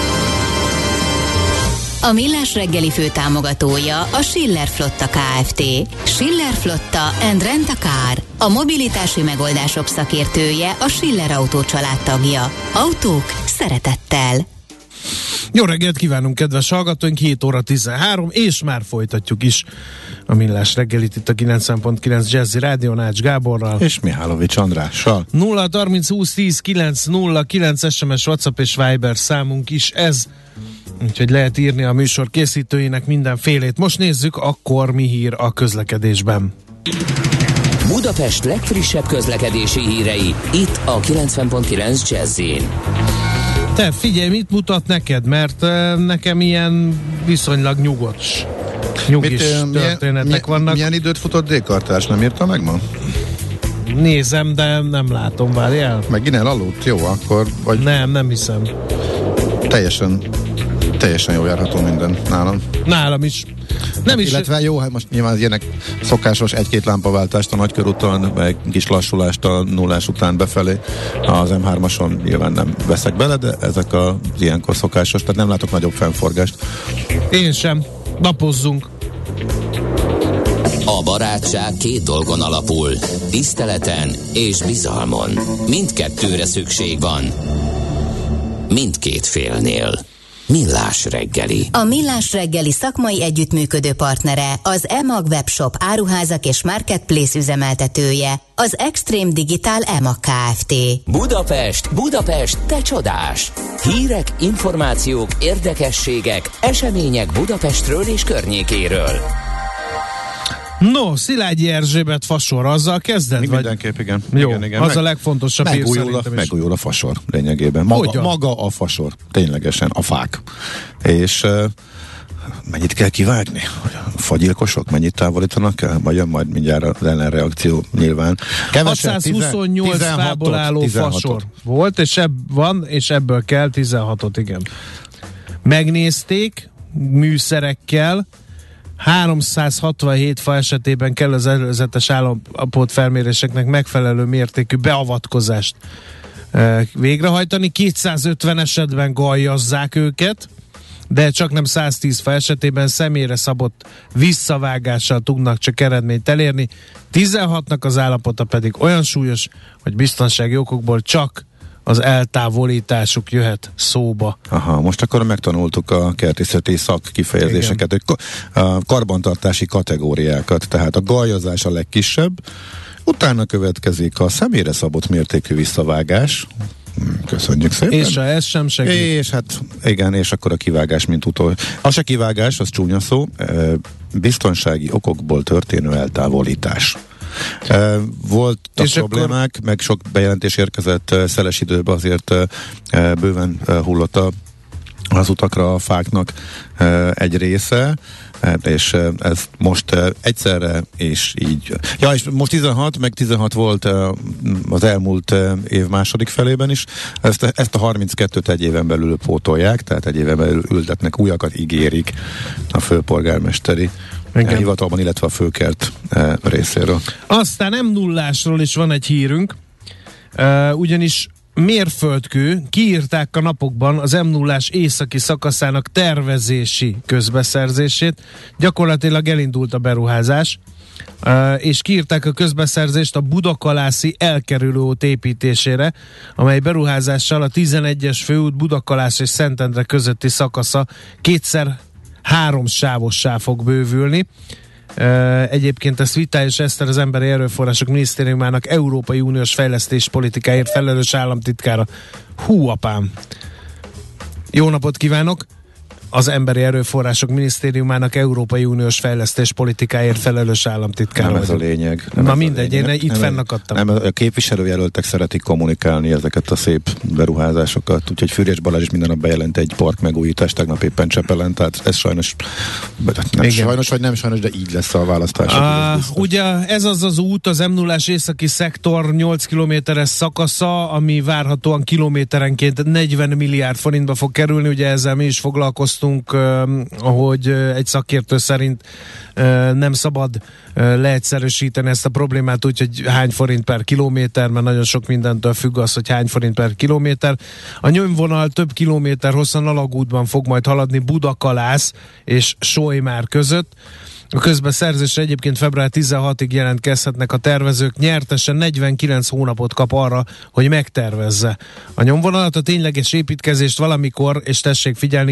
A Millás reggeli főtámogatója a Schiller Flotta Kft. Schiller Flotta and Rent a Car. A mobilitási megoldások szakértője, a Schiller Autó családtagja. Autók szeretettel. Jó reggelt kívánunk, kedves hallgatóink, 7 óra 13, és már folytatjuk is a Millás reggelit itt a 90.9 Jazzy Rádión Ács Gáborral. És Mihálovics Andrással. 0-30-20-10-9-0-9 SMS, WhatsApp és Viber számunk is ez. Úgyhogy lehet írni a műsor készítőinek mindenfélét. Most nézzük, akkor mi hír a közlekedésben. Budapest legfrissebb közlekedési hírei, itt a 90.9 Jazzyn. Te figyelj, mit mutat neked? Mert nekem ilyen viszonylag nyugis történetek vannak. Milyen időt futott D-kartás? Nem írta meg ma? Nézem, de nem látom, várjál. Megint elaludt? Jó, akkor... Vagy Nem hiszem. Teljesen jól járható minden nálam. Nálam is. Nem is. Illetve jó, hát most nyilván ilyenek szokásos 1-2 lámpaváltást a Nagykörúton, meg kis lassulást a nullás után befelé. Az M3-ason nyilván nem veszek bele, de ezek az ilyenkor szokásos, tehát nem látok nagyobb fennforgást. Én sem. Napozzunk. A barátság 2 dolgon alapul, tiszteleten és bizalmon. Mindkettőre szükség van. Mindkét félnél. Millás reggeli. A Millás reggeli szakmai együttműködő partnere, az EMAG webshop áruházak és marketplace üzemeltetője, az Extreme Digital EMAG Kft. Budapest, te csodás! Hírek, információk, érdekességek, események Budapestről és környékéről. No, Szilágyi Erzsébet fasor, azzal kezded? Mindenképp, igen. Jó, igen. az a legfontosabb hír szerintem is. Megújul a fasor lényegében. Maga a fasor, ténylegesen a fák. És mennyit kell kivágni? A fagyilkosok mennyit távolítanak el? Majd jön majd mindjárt az ellenreakció nyilván. 628 fából álló fasor volt, és ebből kell 16-ot, igen. Megnézték műszerekkel, 367 fa esetében kell az előzetes állapotfelméréseknek megfelelő mértékű beavatkozást végrehajtani, 250 esetben galjazzák őket, de csak nem 110 fa esetében személyre szabott visszavágással tudnak csak eredményt elérni. 16-nak az állapota pedig olyan súlyos, hogy biztonsági okokból csak az eltávolításuk jöhet szóba. Aha, most akkor megtanultuk a kertészeti szakkifejezéseket, hogy a karbantartási kategóriákat, tehát a gajazás a legkisebb, utána következik a személyre szabott mértékű visszavágás. Köszönjük szépen. És ha ez sem segít. És hát igen, és akkor a kivágás, mint utolsó. Az se kivágás, az csúnya szó, biztonsági okokból történő eltávolítás. Voltak problémák, akkor meg sok bejelentés érkezett szeles időben, azért bőven hullott az utakra a fáknak egy része, és ez most egyszerre, és így. Ja, és most 16, meg 16 volt az elmúlt év második felében is. Ezt a 32-t egy éven belül pótolják, tehát egy éven belül ültetnek, újakat ígérik a főpolgármesteri hivatalban, illetve a főkert részéről. Aztán M0-ásról is van egy hírünk, ugyanis mérföldkő, kiírták a napokban az M0-ás északi szakaszának tervezési közbeszerzését. Gyakorlatilag elindult a beruházás, és kiírták a közbeszerzést a Budakalászi elkerülő út építésére, amely beruházással a 11-es főút Budakalász és Szentendre közötti szakasza 2x3 sávossá fog bővülni. Egyébként ezt Vitályos Eszter, az Emberi Erőforrások Minisztériumának Európai Uniós fejlesztéspolitikáért felelős államtitkára. Hú, apám! Jó napot kívánok! Az Emberi Erőforrások Minisztériumának Európai Uniós fejlesztéspolitikáért felelős államtitkára. Nem ez a lényeg. Na mindegy, én itt fennakadtam. Nem, a képviselőjelöltek szeretik kommunikálni ezeket a szép beruházásokat, úgyhogy Füriyes Balázs is minden nap bejelent egy park megújítást, tegnap éppen Csepelen, tehát ez sajnos, nem sajnos, vagy nem sajnos, de így lesz a választás. Ugye ez az út, az M0-ás északi szektor 8 kilométeres szakasza, ami várhatóan kilométerenként 40 milliárd forintba fog kerülni, ugye ezzel mi is foglalkoztunk, ahogy egy szakértő szerint nem szabad leegyszerűsíteni ezt a problémát úgy, hogy hány forint per kilométer, mert nagyon sok mindentől függ az, hogy hány forint per kilométer. A nyomvonal több kilométer hosszan alagútban fog majd haladni Budakalász és Solymár között. A közbeszerzésre egyébként február 16-ig jelentkezhetnek a tervezők, nyertesen 49 hónapot kap arra, hogy megtervezze a nyomvonalat. A tényleges építkezést valamikor, és tessék figyelni,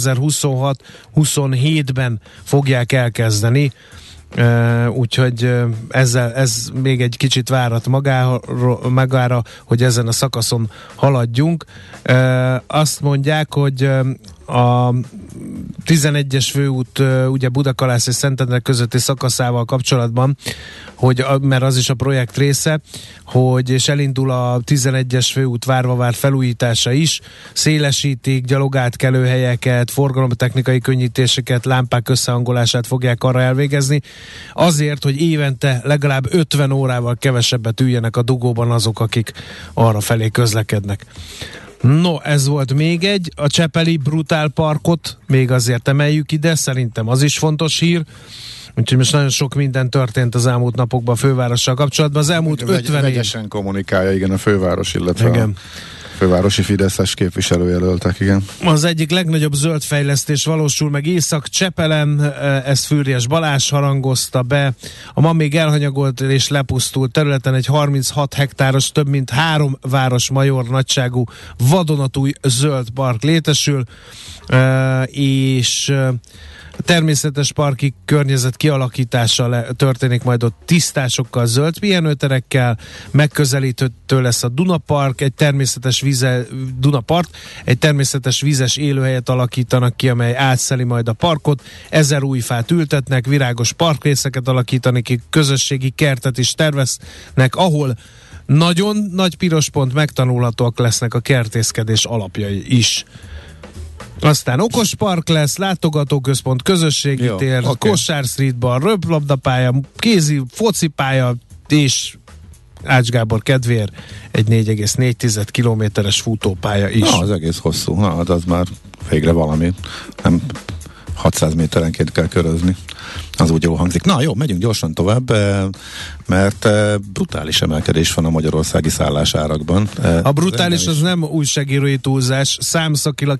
2026-27-ben fogják elkezdeni. Úgyhogy ez még egy kicsit várat magára, hogy ezen a szakaszon haladjunk. Azt mondják, hogy a 11-es főút ugye Budakalász és Szentendre közötti szakaszával kapcsolatban, mert az is a projekt része, és elindul a 11-es főút Várva-Vár felújítása is, szélesítik, gyalogátkelőhelyeket, forgalomtechnikai könnyítéseket, lámpák összehangolását fogják arra elvégezni, azért, hogy évente legalább 50 órával kevesebbet üljenek a dugóban azok, akik arra felé közlekednek. No, ez volt még egy. A csepeli brutál parkot még azért emeljük ide, szerintem az is fontos hír. Úgyhogy most nagyon sok minden történt az elmúlt napokban a fővárossal kapcsolatban. Az elmúlt 50 év... Vegyesen kommunikálja, igen, a főváros, illetve igen. A fővárosi fideszes képviselőjelöltek, igen. Az egyik legnagyobb zöld fejlesztés valósul meg Észak-Csepelen, ezt Füriyes Balázs harangozta be. A ma még elhanyagolt és lepusztult területen egy 36 hektáros, több mint 3 városmajor nagyságú vadonatúj zöld park létesül, és természetes parki környezet kialakítása történik majd ott tisztásokkal, zöld pihenőterekkel, megközelíthető lesz a Dunapark, egy természetes Dunapart, egy természetes vízes élőhelyet alakítanak ki, amely átszeli majd a parkot, 1000 új fát ültetnek, virágos parkrészeket alakítani ki, közösségi kertet is terveznek, ahol nagyon nagy piros pont, megtanulhatóak lesznek a kertészkedés alapjai is. Aztán okos park lesz, látogatóközpont, közösségi tér, Kossuth Street bar, röplabdapálya, kézi focipálya és Ács Gábor kedvéért egy 4,4 kilométeres futópálya is. Az egész hosszú, az már végre valami. Nem 600 méterenként kell körözni. az úgy jól hangzik. Na jó, megyünk gyorsan tovább, mert brutális emelkedés van a magyarországi szállásárakban. A brutális az nem újságírói túlzás, számszakilag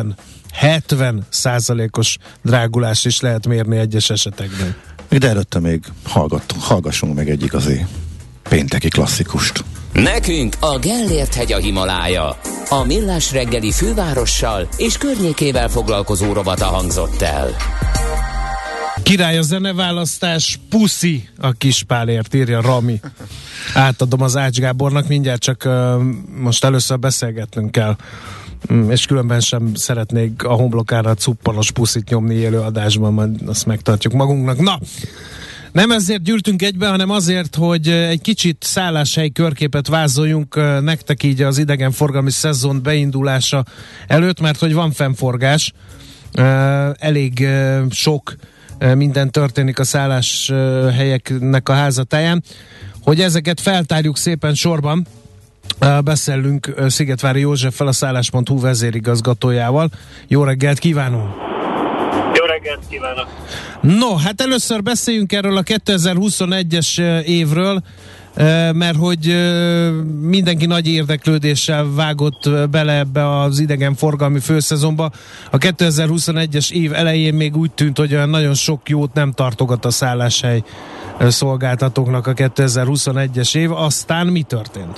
70%-os drágulás is lehet mérni egyes esetekben. De előtte még hallgassunk meg egy igazi pénteki klasszikust. Nekünk a Gellért-hegy a Himalája. A Millás reggeli fővárossal és környékével foglalkozó rovata hangzott el. Király a zeneválasztás, puszi a Kispálért, írja Rami. Átadom az Ács Gábornak, mindjárt csak most először beszélgetnünk kell, és különben sem szeretnék a homlokára cuppanos puszit nyomni élő adásban, majd azt megtartjuk magunknak. Na! Nem ezért gyűltünk egybe, hanem azért, hogy egy kicsit szálláshely körképet vázoljunk nektek így az idegenforgalmi szezon beindulása előtt, mert hogy van fennforgás, elég sok minden történik a szálláshelyeknek a házatáján. Hogy ezeket feltárjuk szépen sorban, beszélünk Szigetvári Józseffel, a szállás.hu vezérigazgatójával. Jó reggelt kívánunk! Jó reggelt kívánok! No, hát először beszéljünk erről a 2021-es évről, mert hogy mindenki nagy érdeklődéssel vágott bele ebbe az idegenforgalmi főszezonba. A 2021-es év elején még úgy tűnt, hogy olyan nagyon sok jót nem tartogat a szálláshely szolgáltatóknak a 2021-es év. Aztán mi történt?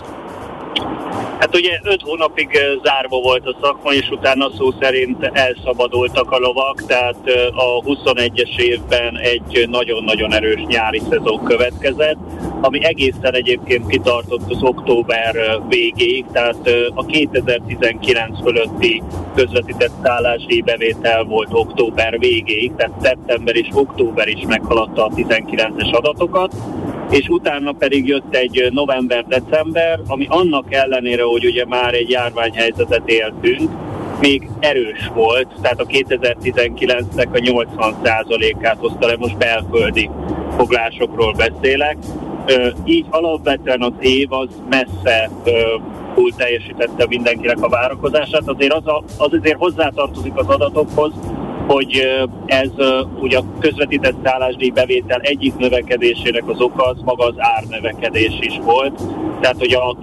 Hát ugye 5 hónapig zárva volt a szakma, és utána szó szerint elszabadultak a lovak, tehát a 21-es évben egy nagyon-nagyon erős nyári szezon következett, ami egészen egyébként kitartott az október végéig, tehát a 2019 fölötti közvetített szállási bevétel volt október végéig, tehát szeptember és október is meghaladta a 19-es adatokat, és utána pedig jött egy november-december, ami annak ellenére, hogy ugye már egy járványhelyzetet éltünk, még erős volt, tehát a 2019-nek a 80%-át hozta le, most belföldi foglásokról beszélek. Így alapvetően az év az messze túl teljesítette mindenkinek a várakozását, azért hozzátartozik az adatokhoz, hogy ez ugye a közvetített szállásdíj bevétel egyik növekedésének az oka, az maga az árnövekedés is volt. Tehát, hogy a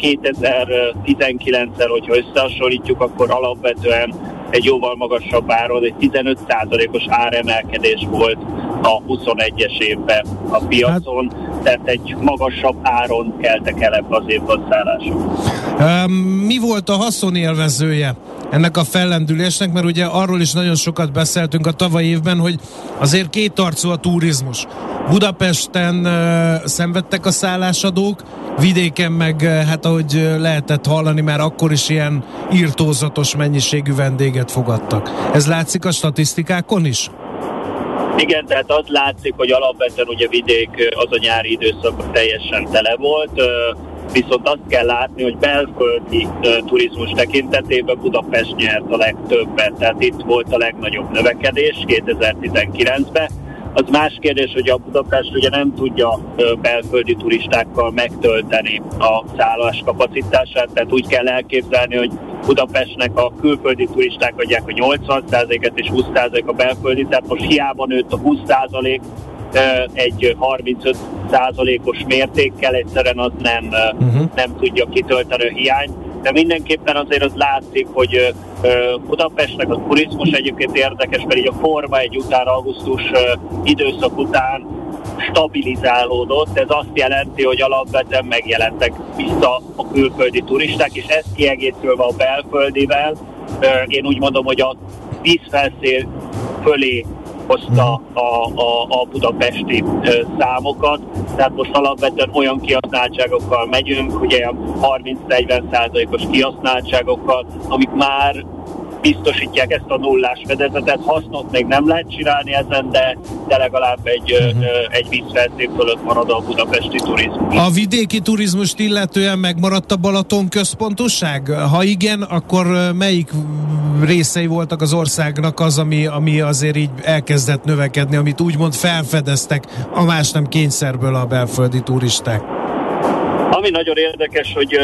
2019-el, hogyha összehasonlítjuk, akkor alapvetően egy jóval magasabb áron, egy 15%-os áremelkedés volt a 21-es évben a piacon, tehát egy magasabb áron keltek el ebbe az évben szállások. Mi volt a haszonélvezője ennek a fellendülésnek, mert ugye arról is nagyon sokat beszéltünk a tavalyi évben, hogy azért kétarcú a turizmus. Budapesten szenvedtek a szállásadók, vidéken meg, hát ahogy lehetett hallani, már akkor is ilyen irtózatos mennyiségű vendéget fogadtak. Ez látszik a statisztikákon is? Igen, tehát az látszik, hogy alapvetően ugye vidék az a nyári időszakban teljesen tele volt, viszont azt kell látni, hogy belföldi turizmus tekintetében Budapest nyert a legtöbbet, tehát itt volt a legnagyobb növekedés 2019-ben. Az más kérdés, hogy a Budapest ugye nem tudja belföldi turistákkal megtölteni a szállás kapacitását, tehát úgy kell elképzelni, hogy Budapestnek a külföldi turisták adják a 80%-et és 20% a belföldi, tehát most hiába nőtt a 20%, egy 35%-os mértékkel egyszerűen az nem tudja kitölteni a hiányt. De mindenképpen azért az látszik, hogy Budapestnek a turizmus egyébként érdekes, mert így a Forma 1 után, augusztus időszak után stabilizálódott. Ez azt jelenti, hogy alapvetően megjelentek vissza a külföldi turisták, és ezt kiegészülve a belföldivel, én úgy mondom, hogy a vízfelszél fölé hozta a budapesti számokat, tehát most alapvetően olyan kihasználtságokkal megyünk, ugye 30-40%-os kihasználtságokkal, amik már biztosítják ezt a nullás fedezetet. Hasznot még nem lehet csinálni ezen, de legalább egy vízfelszín fölött marad a budapesti turizmus. A vidéki turizmust illetően megmaradt a Balaton központosság? Ha igen, akkor melyik részei voltak az országnak az, ami azért így elkezdett növekedni, amit úgymond felfedeztek a más nem kényszerből a belföldi turisták? Ami nagyon érdekes, hogy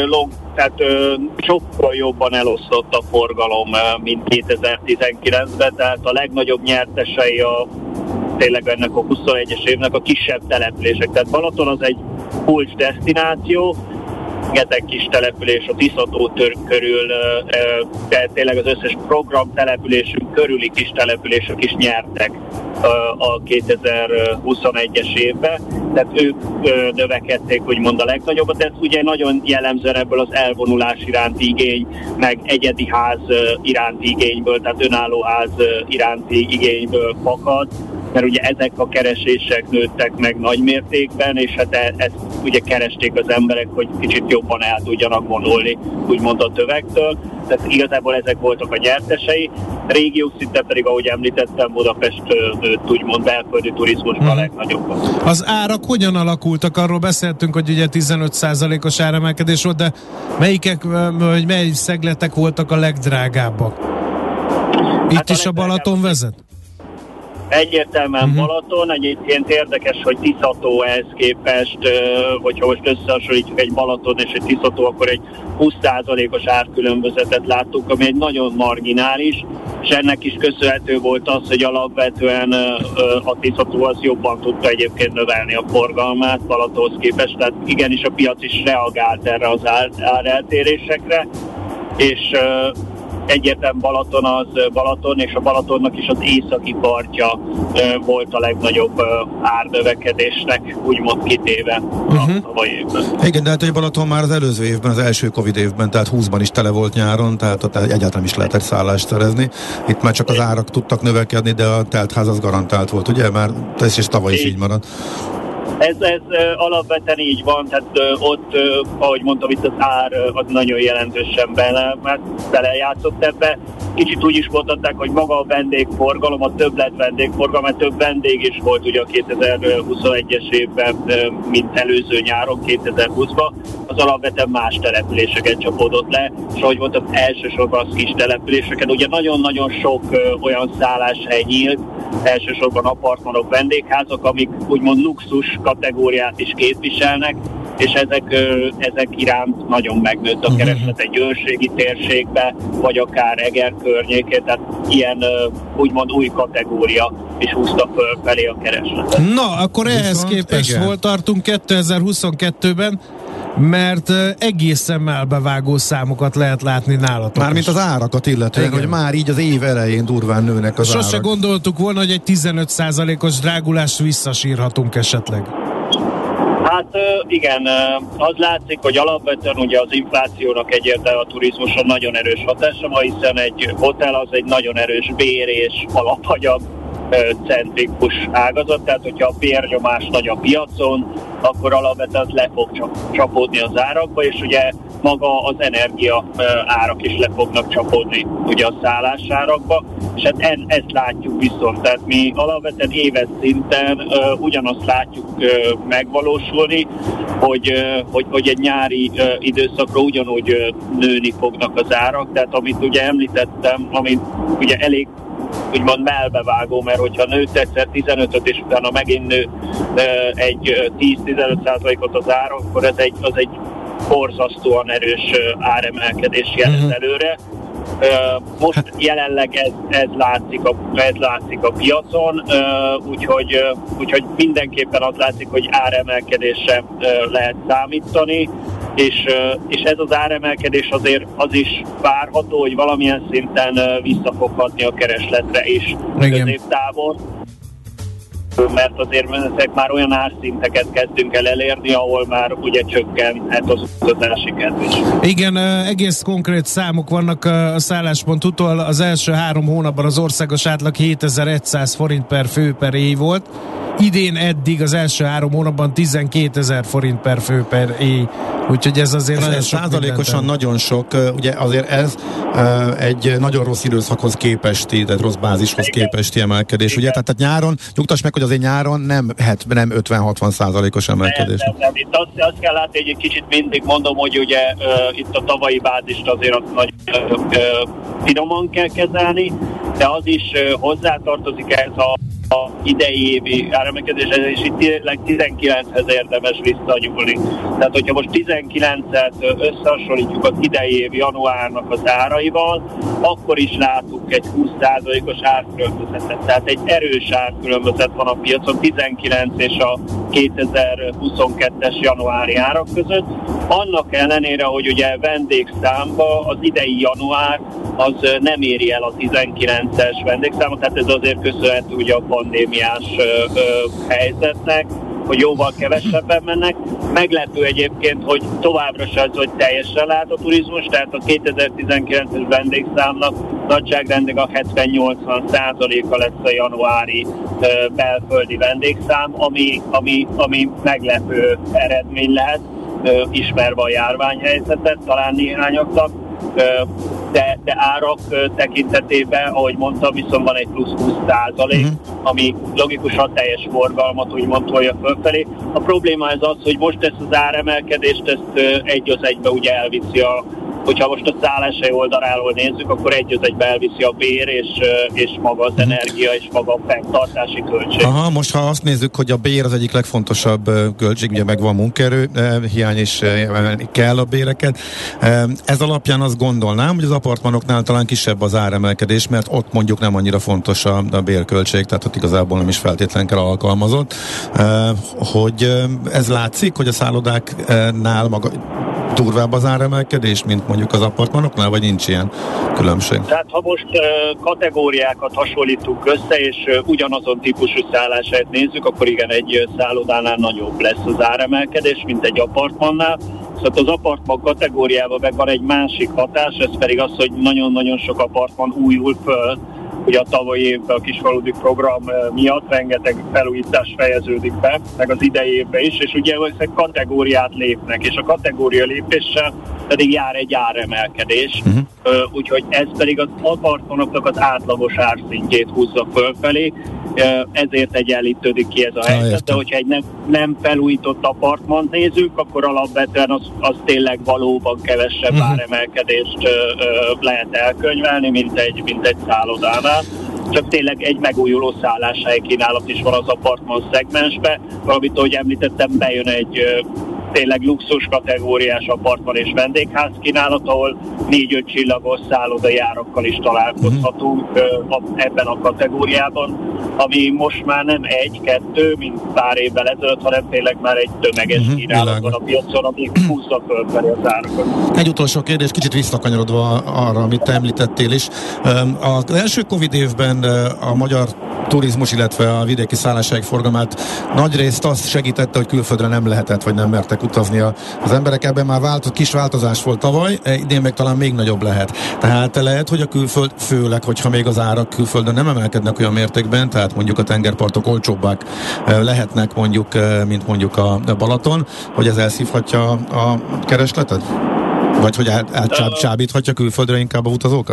sokkal jobban elosztott a forgalom, mint 2019-ben, tehát a legnagyobb nyertesei tényleg ennek a 21-es évnek a kisebb települések. Tehát Balaton az egy kulcs desztináció, rengeteg kis település a Tisza-tó körül, tehát tényleg az összes program településünk körüli kis települések is nyertek a 2021-es évben, tehát ők növekedték úgymond a legnagyobbat, ez ugye nagyon jellemzően ebből az elvonulás iránti igény, meg egyedi ház iránti igényből, tehát önálló ház iránti igényből fakad, mert ugye ezek a keresések nőttek meg nagy mértékben, és hát ezt ugye keresték az emberek, hogy kicsit jobban el tudjanak vonulni, úgymond a tövektől. Tehát igazából ezek voltak a nyertesei. Régió szinten pedig, ahogy említettem, Budapest nőtt úgymond belföldi turizmusban a legnagyobbat. Az árak hogyan alakultak? Arról beszéltünk, hogy ugye 15%-os áremelkedés volt, de mely szegletek voltak a legdrágábbak? Itt hát is a Balaton vezet? Egyértelműen Balaton, egyébként érdekes, hogy Tisza-tó ehhez képest, hogyha most összehasonlítjuk egy Balaton és egy Tisza-tó, akkor egy 20%-os árkülönbözetet láttuk, ami egy nagyon marginális, és ennek is köszönhető volt az, hogy alapvetően a Tisza-tó az jobban tudta egyébként növelni a forgalmát Balatonhoz képest, tehát igenis a piac is reagált erre az áreltérésekre, és egyértelműen Balaton az Balaton, és a Balatonnak is az északi partja volt a legnagyobb árnövekedésnek, úgymond kitéve a tavalyi évben. Igen, de hát hogy Balaton már az előző évben, az első Covid évben, tehát 20-ban is tele volt nyáron, tehát ott egyáltalán is lehetett szállást szerezni. Itt már csak az árak tudtak növekedni, de a teltház az garantált volt, ugye? Már ez is tavaly is így maradt. Ez alapvetően így van, tehát ott, ahogy mondtam, itt az ár az nagyon jelentősen belejátszott ebbe. Kicsit úgy is mondhatták, hogy maga a vendégforgalom, a többlet vendégforgalom, mert több vendég is volt ugye a 2021-es évben, mint előző nyáron 2020-ban, az alapvetően más településeken csapódott le, és ahogy mondtam, elsősorban az kis településeken. Ugye nagyon-nagyon sok olyan szálláshely nyílt, elsősorban apartmanok, vendégházak, amik úgymond luxus kategóriát is képviselnek, és ezek iránt nagyon megnőtt a kereslet egy őrségi térségbe, vagy akár Eger környékén, tehát ilyen úgymond új kategória is húzta fölfelé a keresletet. Na, akkor ehhez képest hol tartunk 2022-ben, mert egészen melbevágó számokat lehet látni nálatok. Mármint az árakat illetően, hogy már így az év elején durván nőnek az árak. Sose gondoltuk volna, hogy egy 15%-os drágulást visszasírhatunk esetleg. Hát igen, az látszik, hogy alapvetően ugye az inflációnak egyértelműen a turizmuson nagyon erős hatása van, hiszen egy hotel az egy nagyon erős bér és alapanyag centrikus ágazat, tehát hogyha a bérnyomás nagy a piacon, akkor alapvetően le fog csapódni az árakba, és ugye maga az energia árak is le fognak csapódni ugye a szállásárakba, és hát ezt látjuk viszont, tehát mi alapvetően éves szinten ugyanazt látjuk megvalósulni, hogy egy nyári időszakra ugyanúgy nőni fognak az árak, tehát amit ugye említettem, amit ugye elég úgymond melbevágó, mert hogyha nőtt egyszer 15-öt, és utána megint nő egy 10-15%-ot az ára, akkor az egy borzasztóan erős áremelkedés jelent előre. Most jelenleg ez látszik a piacon, úgyhogy mindenképpen az látszik, hogy áremelkedésre lehet számítani, és ez az áremelkedés azért az is várható, hogy valamilyen szinten visszafoghatni a keresletre is középtávon, mert azért ezek már olyan árszinteket kezdünk el elérni, ahol már ugye csökkenhet az utazási kedv is. Igen, egész konkrét számok vannak a Szállás.hu-tól. Az első 3 hónapban az országos átlag 7100 forint per fő per éj volt. Idén eddig az első 3 hónapban 12 000 forint per fő per éj. Úgyhogy ez azért nagyon sok százalékosan nagyon sok. Ugye azért ez egy nagyon rossz időszakhoz képesti, tehát rossz bázishoz képesti emelkedés. Ugye? Tehát nyáron, nyugtass meg, hogy azért nyáron nem 50-60%-os emelkedés. Nem. Itt azt kell látni, hogy egy kicsit mindig mondom, hogy ugye itt a tavalyi bázist azért nagyon finoman kell kezelni, de az is hozzátartozik ehhez a a idei évi áremelkedéshez, és itt tényleg 19-hez érdemes visszanyúlni. Tehát, hogyha most 19-et összehasonlítjuk az idei év januárnak az áraival, akkor is látunk egy 20%-os árkülönbözetet. Tehát egy erős árkülönbözet van a piacon 19 és a 2022-es januári árak között. Annak ellenére, hogy ugye vendégszámba az idei január az nem éri el a 19-es vendégszámot, tehát ez azért köszönhető ugye a pandémiás helyzetnek, hogy jóval kevesebben mennek. Meglepő egyébként, hogy továbbra se az, hogy teljesen lát a turizmus, tehát a 2019-es vendégszámnak nagyságrendileg a 70-80%-a lesz a januári belföldi vendégszám, ami meglepő eredmény lehet, ismerve a járványhelyzetet, talán néhányaknak. De árak tekintetében, ahogy mondtam, viszont van egy plusz 20%, ami logikusan teljes forgalmat úgymond tolja fölfelé. A probléma ez az, hogy most ezt az áremelkedést egy az egybe ugye elviszi hogyha most a szálláshely oldaláról nézzük, akkor egy az egybe elviszi a bér és maga az energia és maga a fenntartási költség. Aha, most ha azt nézzük, hogy a bér az egyik legfontosabb költség, ugye megvan munkaerő hiány és kell a béreket. Ez alapján azt gondolnám, hogy az apartmanoknál talán kisebb az áremelkedés, mert ott mondjuk nem annyira fontos a bérköltség, tehát ott igazából nem is feltétlenül kell alkalmazott. Hogy ez látszik, hogy a szállodáknál maga durvább az áremelkedés, mint mondjuk az apartmanoknál, vagy nincs ilyen különbség? Tehát ha most kategóriákat hasonlítunk össze, és ugyanazon típusú szálláshelyet nézzük, akkor igen, egy szállodánál nagyobb lesz az áremelkedés, mint egy apartmannál. Szóval az apartman kategóriában meg van egy másik hatás, ez pedig az, hogy nagyon-nagyon sok apartman újul föl. Ugye a tavalyi évben a Kisfaludik program miatt rengeteg felújítás fejeződik be, meg az idei évben is, és ugye ezek kategóriát lépnek, és a kategória lépéssel pedig jár egy áremelkedés, úgyhogy ez pedig az apartmanoknak az átlagos árszintjét húzza fölfelé, ezért egyenlítődik ki ez a helyzet, de hogyha egy nem felújított apartmant nézzük, akkor alapvetően az tényleg valóban kevesebb áremelkedést lehet elkönyvelni, mint egy szállodánál. Csak tényleg egy megújuló szálláshely kínálat is van az apartman szegmensbe, valamint, ahogy említettem, bejön egy tényleg luxus kategóriás apartman és vendégház kínálat, ahol 4-5 csillagos szállodai árakkal is találkozhatunk ebben a kategóriában, ami most már nem 1-2, mint pár évvel ezelőtt, hanem tényleg már egy tömeges kínálat van a piacon, ami húzza fölfelé az árakat. Egy utolsó kérdés, kicsit visszakanyarodva arra, amit te említettél is. Az első Covid évben a magyar turizmus, illetve a vidéki szálláshelyek forgalmát nagyrészt azt segítette, hogy külföldre nem lehetett, vagy nem mertek utazni az emberek. Ebben már kis változás volt tavaly, idén meg talán még nagyobb lehet. Tehát lehet, hogy a külföld, főleg, hogyha még az árak külföldön nem emelkednek olyan mértékben, tehát mondjuk a tengerpartok olcsóbbak lehetnek mondjuk, mint mondjuk a Balaton, hogy ez elszívhatja a keresletet? Vagy hogy átcsábíthatja külföldre inkább a utazókat?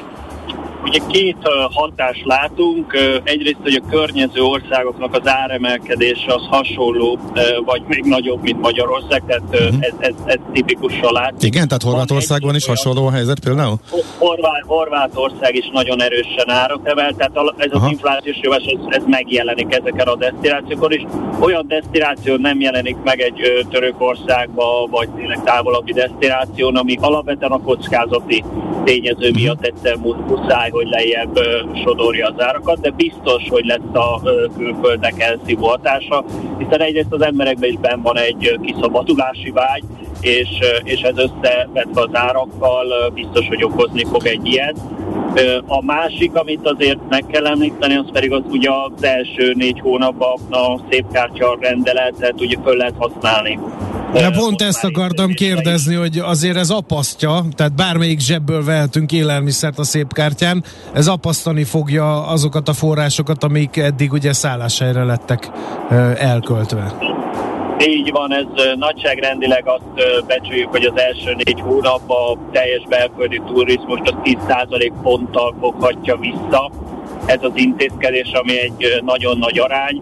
Ugye két hatást látunk, egyrészt, hogy a környező országoknak az áremelkedése az hasonló, vagy még nagyobb, mint Magyarország, tehát ez tipikusan látszik. Igen, tehát Horvátországban is hasonló a helyzet például? Horvátország is nagyon erősen árat emel, tehát ez az inflációs jövés, ez megjelenik ezeken a desztinációkon is. Olyan desztináció nem jelenik meg egy Törökországba, vagy tényleg távolabbi desztináción, ami alapvetően a kockázati tényező miatt egyszer muszáj, hogy lejjebb sodorja az árakat, de biztos, hogy lesz a külföldnek elszívó hatása, hiszen egyrészt az emberekben is benn van egy kiszabadulási vágy, és ez összevetve az árakkal biztos, hogy okozni fog egy ilyet. A másik, amit azért meg kell említeni, az pedig az ugye az első 4 hónapban a szépkártya rendeletet ugye föl lehet használni. De pont ezt akartam kérdezni, hogy azért ez apasztja, tehát bármelyik zsebből vehetünk élelmiszert a szépkártyán, ez apasztani fogja azokat a forrásokat, amik eddig ugye szálláshelyre lettek elköltve. Így van, ez nagyságrendileg azt becsüljük, hogy az első 4 hónapban a teljes belföldi turizmust az 10% ponttal foghatja vissza. Ez az intézkedés, ami egy nagyon nagy arány,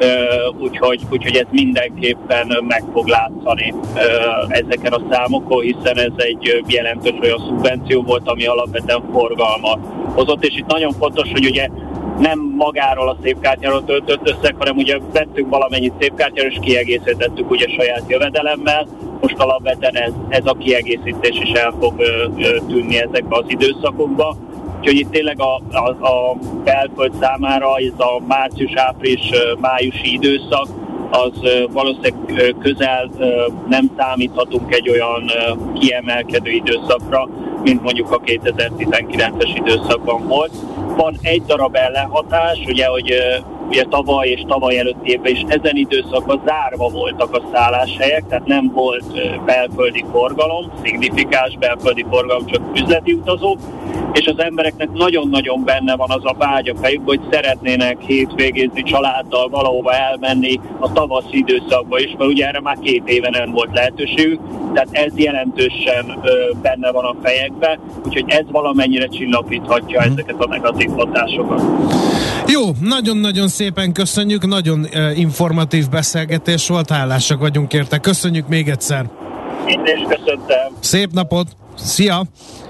úgyhogy ez mindenképpen meg fog látszani ezeken a számokon, hiszen ez egy jelentős olyan szubvenció volt, ami alapvetően forgalmat hozott, és itt nagyon fontos, hogy ugye nem magáról a szépkártyáról töltött összeg, hanem ugye vettünk valamennyit szépkártyáról, és kiegészítettük ugye saját jövedelemmel. Most alapvetően ez a kiegészítés is el fog tűnni ezekbe az időszakokba. Úgyhogy itt tényleg a belföld számára ez a március-április-májusi időszak, az valószínűleg közel nem számíthatunk egy olyan kiemelkedő időszakra, mint mondjuk a 2019-es időszakban volt. Van egy darab ellenhatás, ugye, hogy ugye tavaly és tavaly előtti évben is ezen időszakban zárva voltak a szálláshelyek, tehát nem volt belföldi forgalom, szignifikáns belföldi forgalom, csak üzleti utazók, és az embereknek nagyon-nagyon benne van az a vágy a fejükben, hogy szeretnének hétvégézni családdal valahova elmenni a tavaszi időszakba is, mert ugye erre már 2 éve nem volt lehetőségük, tehát ez jelentősen benne van a fejekbe, úgyhogy ez valamennyire csillapíthatja ezeket a negatív hatásokat. Jó, nagyon-nagyon szépen köszönjük, nagyon informatív beszélgetés volt, hálásak vagyunk érte. Köszönjük még egyszer. Én is köszöntem. Szép napot, szia!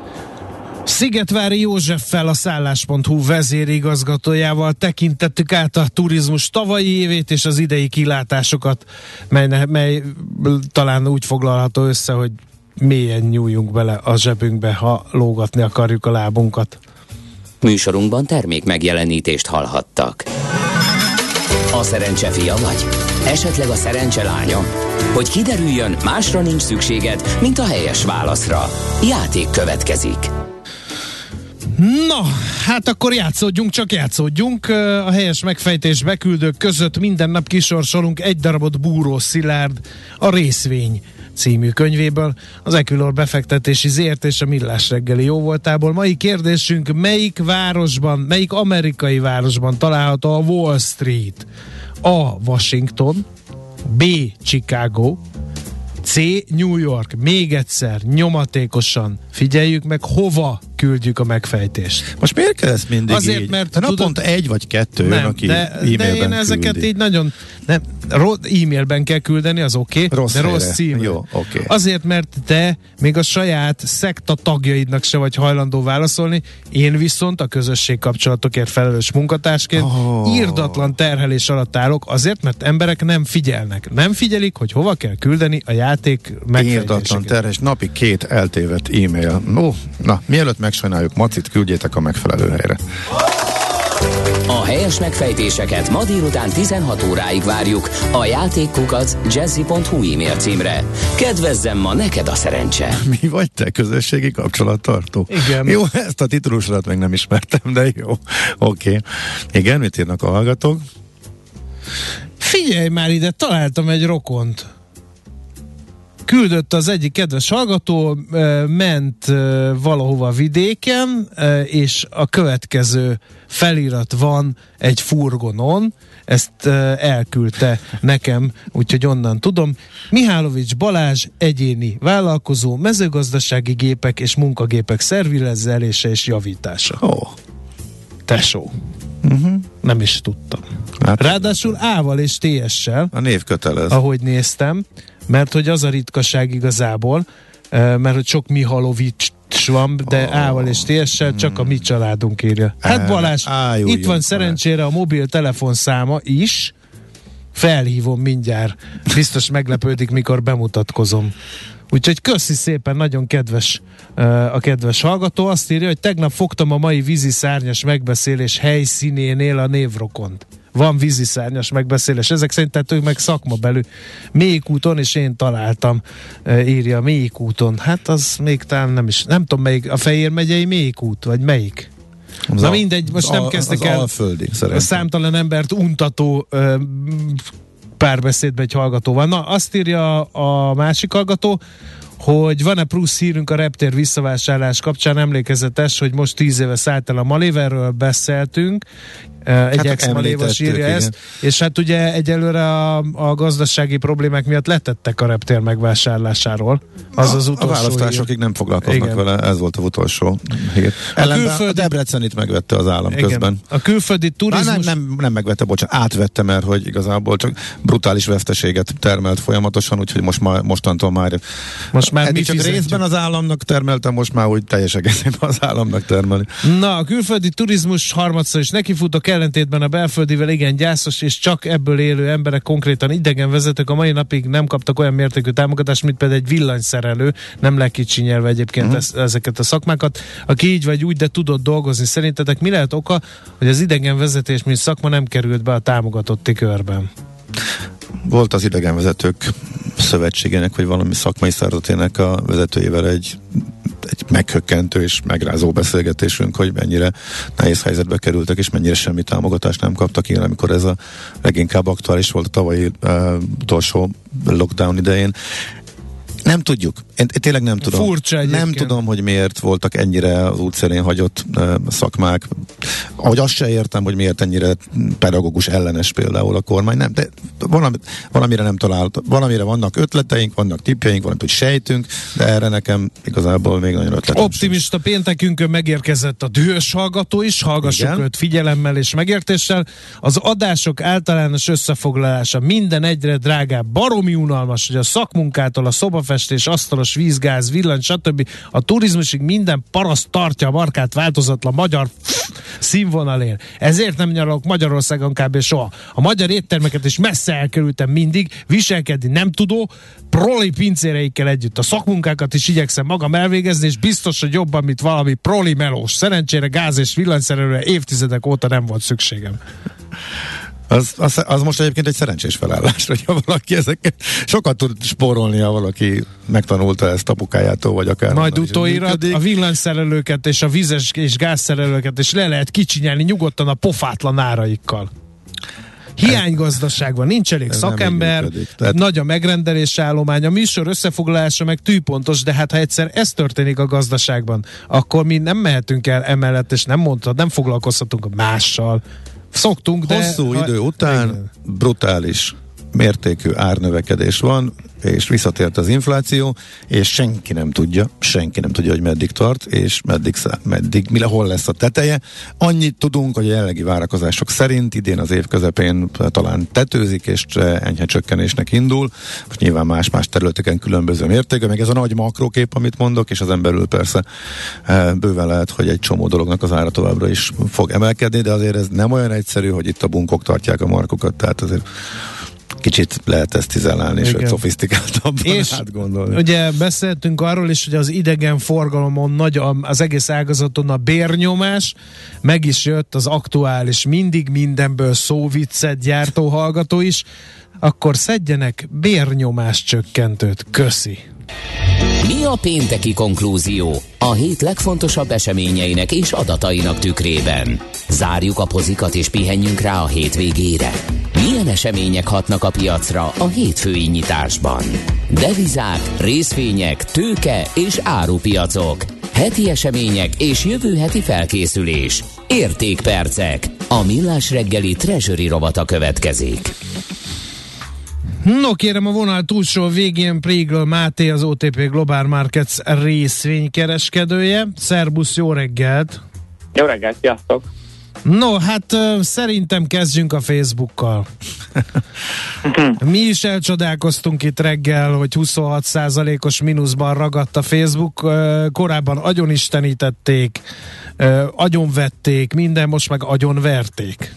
Szigetvári Józseffel, a Szállás.hu vezérigazgatójával tekintettük át a turizmus tavalyi évét és az idei kilátásokat, mely talán úgy foglalható össze, hogy mélyen nyúljunk bele a zsebünkbe, ha lógatni akarjuk a lábunkat. Műsorunkban termék megjelenítést hallhattak. A szerencse fia vagy? Esetleg a szerencse lánya? Hogy kiderüljön, másra nincs szükséged, mint a helyes válaszra. Játék következik. Na, hát akkor játszódjunk. A helyes megfejtés beküldők között minden nap kisorsolunk egy darabot Búró Szilárd a Részvény című könyvéből, az Equilor befektetési ZRT és a Millás reggeli jóvoltából. Mai kérdésünk, melyik amerikai városban található a Wall Street? A. Washington, B. Chicago, C. New York. Még egyszer, nyomatékosan figyeljük meg, hova küldjük a megfejtést. Most miért kell ezt mindig azért, így? mert naponta 1 vagy 2, nem, aki de én ezeket küldi. így nagyon e-mailben kell küldeni, az oké, de rossz címre. Jó, okay. Azért, mert te még a saját szekta tagjaidnak se vagy hajlandó válaszolni, én viszont a közösségkapcsolatokért felelős munkatársként irdatlan terhelés alatt állok, azért, mert emberek nem figyelnek. Nem figyelik, hogy hova kell küldeni a játék megfejtéseket. Irdatlan terhelés, napi 2 eltévedt e-mail. Na, mielőtt megsajnáljuk Macit, küldjétek a megfelelő helyre. A helyes megfejtéseket ma délután 16 óráig várjuk a játékkukac jazzy.hu e-mail címre. Kedvezzem ma neked a szerencse! Mi vagy te, közösségi kapcsolattartó? Igen. Jó, ezt a titulusodat még nem ismertem, de jó. Oké. Igen, mit írnak a hallgatók? Figyelj már ide, találtam egy rokont. Küldött az egyik kedves hallgató, ment valahova vidéken, és a következő felirat van egy furgonon, ezt elküldte nekem, úgyhogy onnan tudom. Mihálovics Balázs, egyéni vállalkozó, mezőgazdasági gépek és munkagépek szervizelése és javítása. Tesó. Nem is tudtam. Ráadásul A-val és TS-sel. A név kötelez. Ahogy néztem, mert hogy az a ritkaság igazából, mert hogy sok Mihalovics van, de A-val és TS-sel csak a mi családunk írja. Hát Balázs, itt van szerencsére a mobil telefonszáma is, felhívom mindjárt, biztos meglepődik, mikor bemutatkozom. Úgyhogy köszi szépen, nagyon kedves a kedves hallgató. Azt írja, hogy tegnap fogtam a mai víziszárnyas megbeszélés helyszínénél a névrokont. Van víziszárnyas megbeszélés, ezek szerint tehát ők meg szakmabelű Mélyikúton, és én találtam, írja Mélyikúton. Hát az még talán nem tudom melyik, a Fejér megyei Mélyikút, vagy melyik? Na mindegy, most nem kezdtek el Alföldi, a számtalan embert untató párbeszédbe egy hallgatóval. Na, azt írja a másik hallgató, hogy van-e plusz hírünk a reptér visszavásárlás kapcsán, emlékezetes, hogy most 10 éve szállt el a Maléverről beszéltünk, egy ex-malévas írja ezt, és hát ugye egyelőre a gazdasági problémák miatt letettek a reptér megvásárlásáról. Az az utolsó a választásokig nem foglalkoznak vele, ez volt az utolsó hír. A Debrecenit megvette az állam közben. A külföldi turizmus... Nem megvette, bocsánat, átvette, mert hogy igazából csak brutális veszteséget termelt folyamatosan, úgyhogy mostantól már eddig csak részben az államnak termelte, most már úgy teljes egészében az államnak termeli. Na, a külföldi turizmus harmadszor is nekifutok, ellentétben a belföldivel igen gyászos és csak ebből élő emberek, konkrétan idegen vezetők a mai napig nem kaptak olyan mértékű támogatást, mint például egy villanyszerelő, nem lekicsinyelve egyébként ezeket a szakmákat, aki így vagy úgy, de tudott dolgozni. Szerintetek mi lehet oka, hogy az idegen vezetés, mint szakma nem került be a támogatotti körben? Volt az idegenvezetők szövetségének, vagy valami szakmai szervezetének a vezetőjével egy meghökkentő és megrázó beszélgetésünk, hogy mennyire nehéz helyzetbe kerültek, és mennyire semmi támogatást nem kaptak ilyen, amikor ez a leginkább aktuális volt a tavalyi utolsó lockdown idején. Nem tudjuk. Én tényleg nem tudom. Furcsa egyébként. Nem tudom, hogy miért voltak ennyire az útszerén hagyott szakmák. Ahogy azt se értem, hogy miért ennyire pedagógus ellenes például a kormány. Nem, de valamire nem talált. Valamire vannak ötleteink, vannak tippjeink, valamit, hogy sejtünk, de erre nekem igazából még nagyon ötletem. Optimista péntekünkön megérkezett a dühös hallgató is, hallgassuk őt figyelemmel és megértéssel. Az adások általános összefoglalása minden egyre drágább, baromi unalmas, hogy a szakmunkától a szobafestés, asztalos vízgáz, villany, stb. A turizmusig minden paraszt tartja a markát változatlan magyar színvonalén. Ezért nem nyaralok Magyarországon kb. Soha. A magyar éttermeket is messze elkerültem mindig, viselkedni nem tudó, proli pincéreikkel együtt. A szakmunkákat is igyekszem magam elvégezni, és biztos, hogy jobban, mint valami proli melós. Szerencsére gáz és villanyszerelőre évtizedek óta nem volt szükségem. Az most egyébként egy szerencsés felállás, hogyha valaki ezeket sokat tud spórolni, ha valaki megtanulta ezt apukájától, vagy akár... Majd utóirat a villanyszerelőket és a vízes és gázszerelőket és le lehet kicsinyelni nyugodtan a pofátlan áraikkal. Hiánygazdaságban nincs elég szakember, nagy a megrendelési állomány, a műsor összefoglalása meg tűpontos, de hát ha egyszer ez történik a gazdaságban, akkor mi nem mehetünk el emellett, és nem foglalkozhatunk mással. Szoktunk, de... Hosszú idő után igen. Brutális mértékű árnövekedés van, és visszatért az infláció, és senki nem tudja, hogy meddig tart, és meddig hol lesz a teteje. Annyit tudunk, hogy a jelenlegi várakozások szerint idén az év közepén talán tetőzik, és enyhe csökkenésnek indul. Most nyilván más területeken különböző mértékű, meg ez a nagy makrókép, amit mondok, és ezen belül persze bőven lehet, hogy egy csomó dolognak az ára továbbra is fog emelkedni, de azért ez nem olyan egyszerű, hogy itt a bunkok tartják a markokat, tehát azért kicsit lehet ezt tizellálni, és szofisztikáltabban átgondolni. Ugye beszéltünk arról is, hogy az idegen forgalomon nagy az egész ágazaton a bérnyomás, meg is jött az aktuális mindig mindenből szóviccet gyártó hallgató is, akkor szedjenek bérnyomás csökkentőt. Köszi! Mi a pénteki konklúzió a hét legfontosabb eseményeinek és adatainak tükrében? Zárjuk a pozikat és pihenjünk rá a hétvégére. Milyen események hatnak a piacra a hétfői nyitásban? Devizák, részvények, tőke és árupiacok. Heti események és jövő heti felkészülés. Értékpercek. A Millás reggeli Treasury rovata következik. No kérem, a vonal túlsó végén Prégl Máté, az OTP Global Markets részvénykereskedője. Szerbusz, jó reggelt! Jó reggelt, sziasztok! No, hát szerintem kezdjünk a Facebookkal. Mi is elcsodálkoztunk itt reggel, hogy 26%-os mínuszban ragadt a Facebook. Korábban agyonistenítették, agyonvették, minden, most meg agyonverték.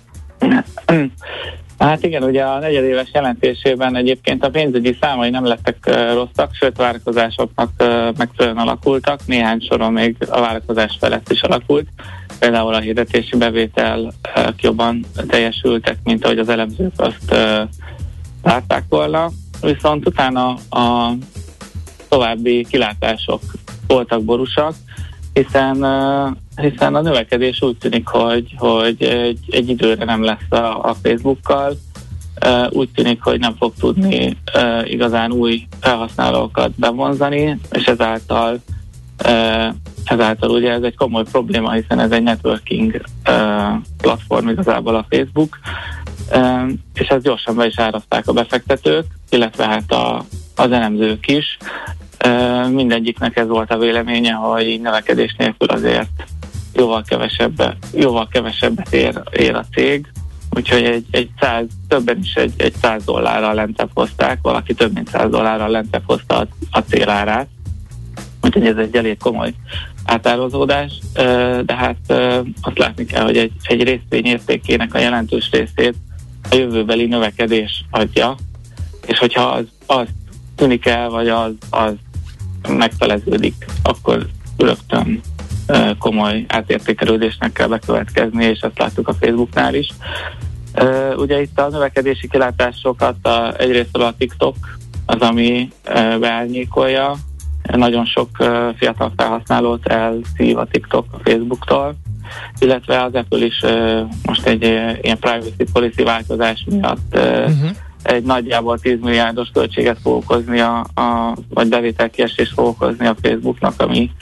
Hát igen, ugye a negyedéves jelentésében egyébként a pénzügyi számai nem lettek rosszak, sőt várakozásoknak megfelelően alakultak, néhány soron még a várakozás felett is alakult. Például a hirdetési bevétel jobban teljesültek, mint ahogy az elemzők azt látták volna. Viszont utána a további kilátások voltak borúsak, hiszen a növekedés úgy tűnik, hogy egy időre nem lesz a Facebookkal. Úgy tűnik, hogy nem fog tudni igazán új felhasználókat bevonzani, és ezáltal ugye ez egy komoly probléma, hiszen ez egy networking platform igazából a Facebook, és ezt gyorsan be is árazták a befektetők, illetve hát az elemzők is. Mindegyiknek ez volt a véleménye, hogy növekedés nélkül azért jóval kevesebbet ér a cég, úgyhogy többen is egy $100 lentebb hozták, valaki több mint $100 lentebb hozta a célárát, úgyhogy ez egy elég komoly átározódás, de hát azt látni kell, hogy egy részvény értékének a jelentős részét a jövőbeli növekedés adja, és hogyha az tűnik el, vagy az megfeleződik, akkor rögtön komoly átértékelődésnek kell bekövetkezni, és ezt láttuk a Facebooknál is. Ugye itt a növekedési kilátásokat egyrészt a TikTok az, ami beárnyékolja. Nagyon sok fiatal felhasználót elszív a TikTok a Facebooktól, illetve az Apple is most egy ilyen privacy policy változás miatt egy nagyjából 10 milliárdos költséget fog okozni, vagy bevételkiesést fog okozni a Facebooknak,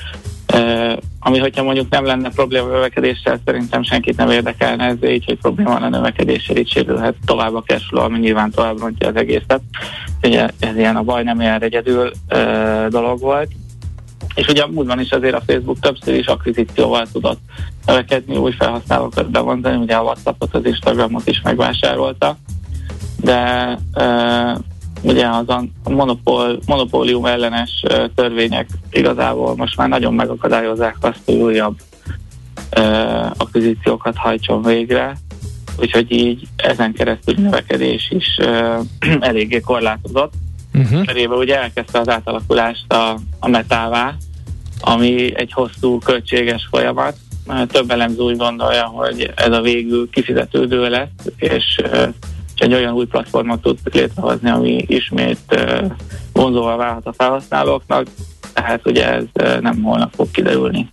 ami hogyha mondjuk nem lenne probléma növekedéssel, szerintem senkit nem érdekelne ez, így, hogy probléma van a növekedéssel, így sérülhet tovább a cashflow, ami nyilván tovább rontja az egészet. Ugye ez ilyen a baj nem ilyen egyedül dolog volt. És ugye múltban is azért a Facebook többször is akvizícióval tudott növekedni, új felhasználókat bevonzani, ugye a WhatsAppot, az Instagramot is megvásárolta, de ugye az a monopólium ellenes törvények igazából most már nagyon megakadályozzák azt, hogy újabb akvizíciókat hajtson végre, úgyhogy így ezen keresztül növekedés is eléggé korlátozott. Cserébe ugye elkezdte az átalakulást a Metává, ami egy hosszú, költséges folyamat. Több elemző úgy gondolja, hogy ez a végül kifizetődő lesz, és egy olyan új platformot tud létrehozni, ami ismét vonzóval válhat a felhasználóknak, tehát ugye ez nem holnap fog kiderülni.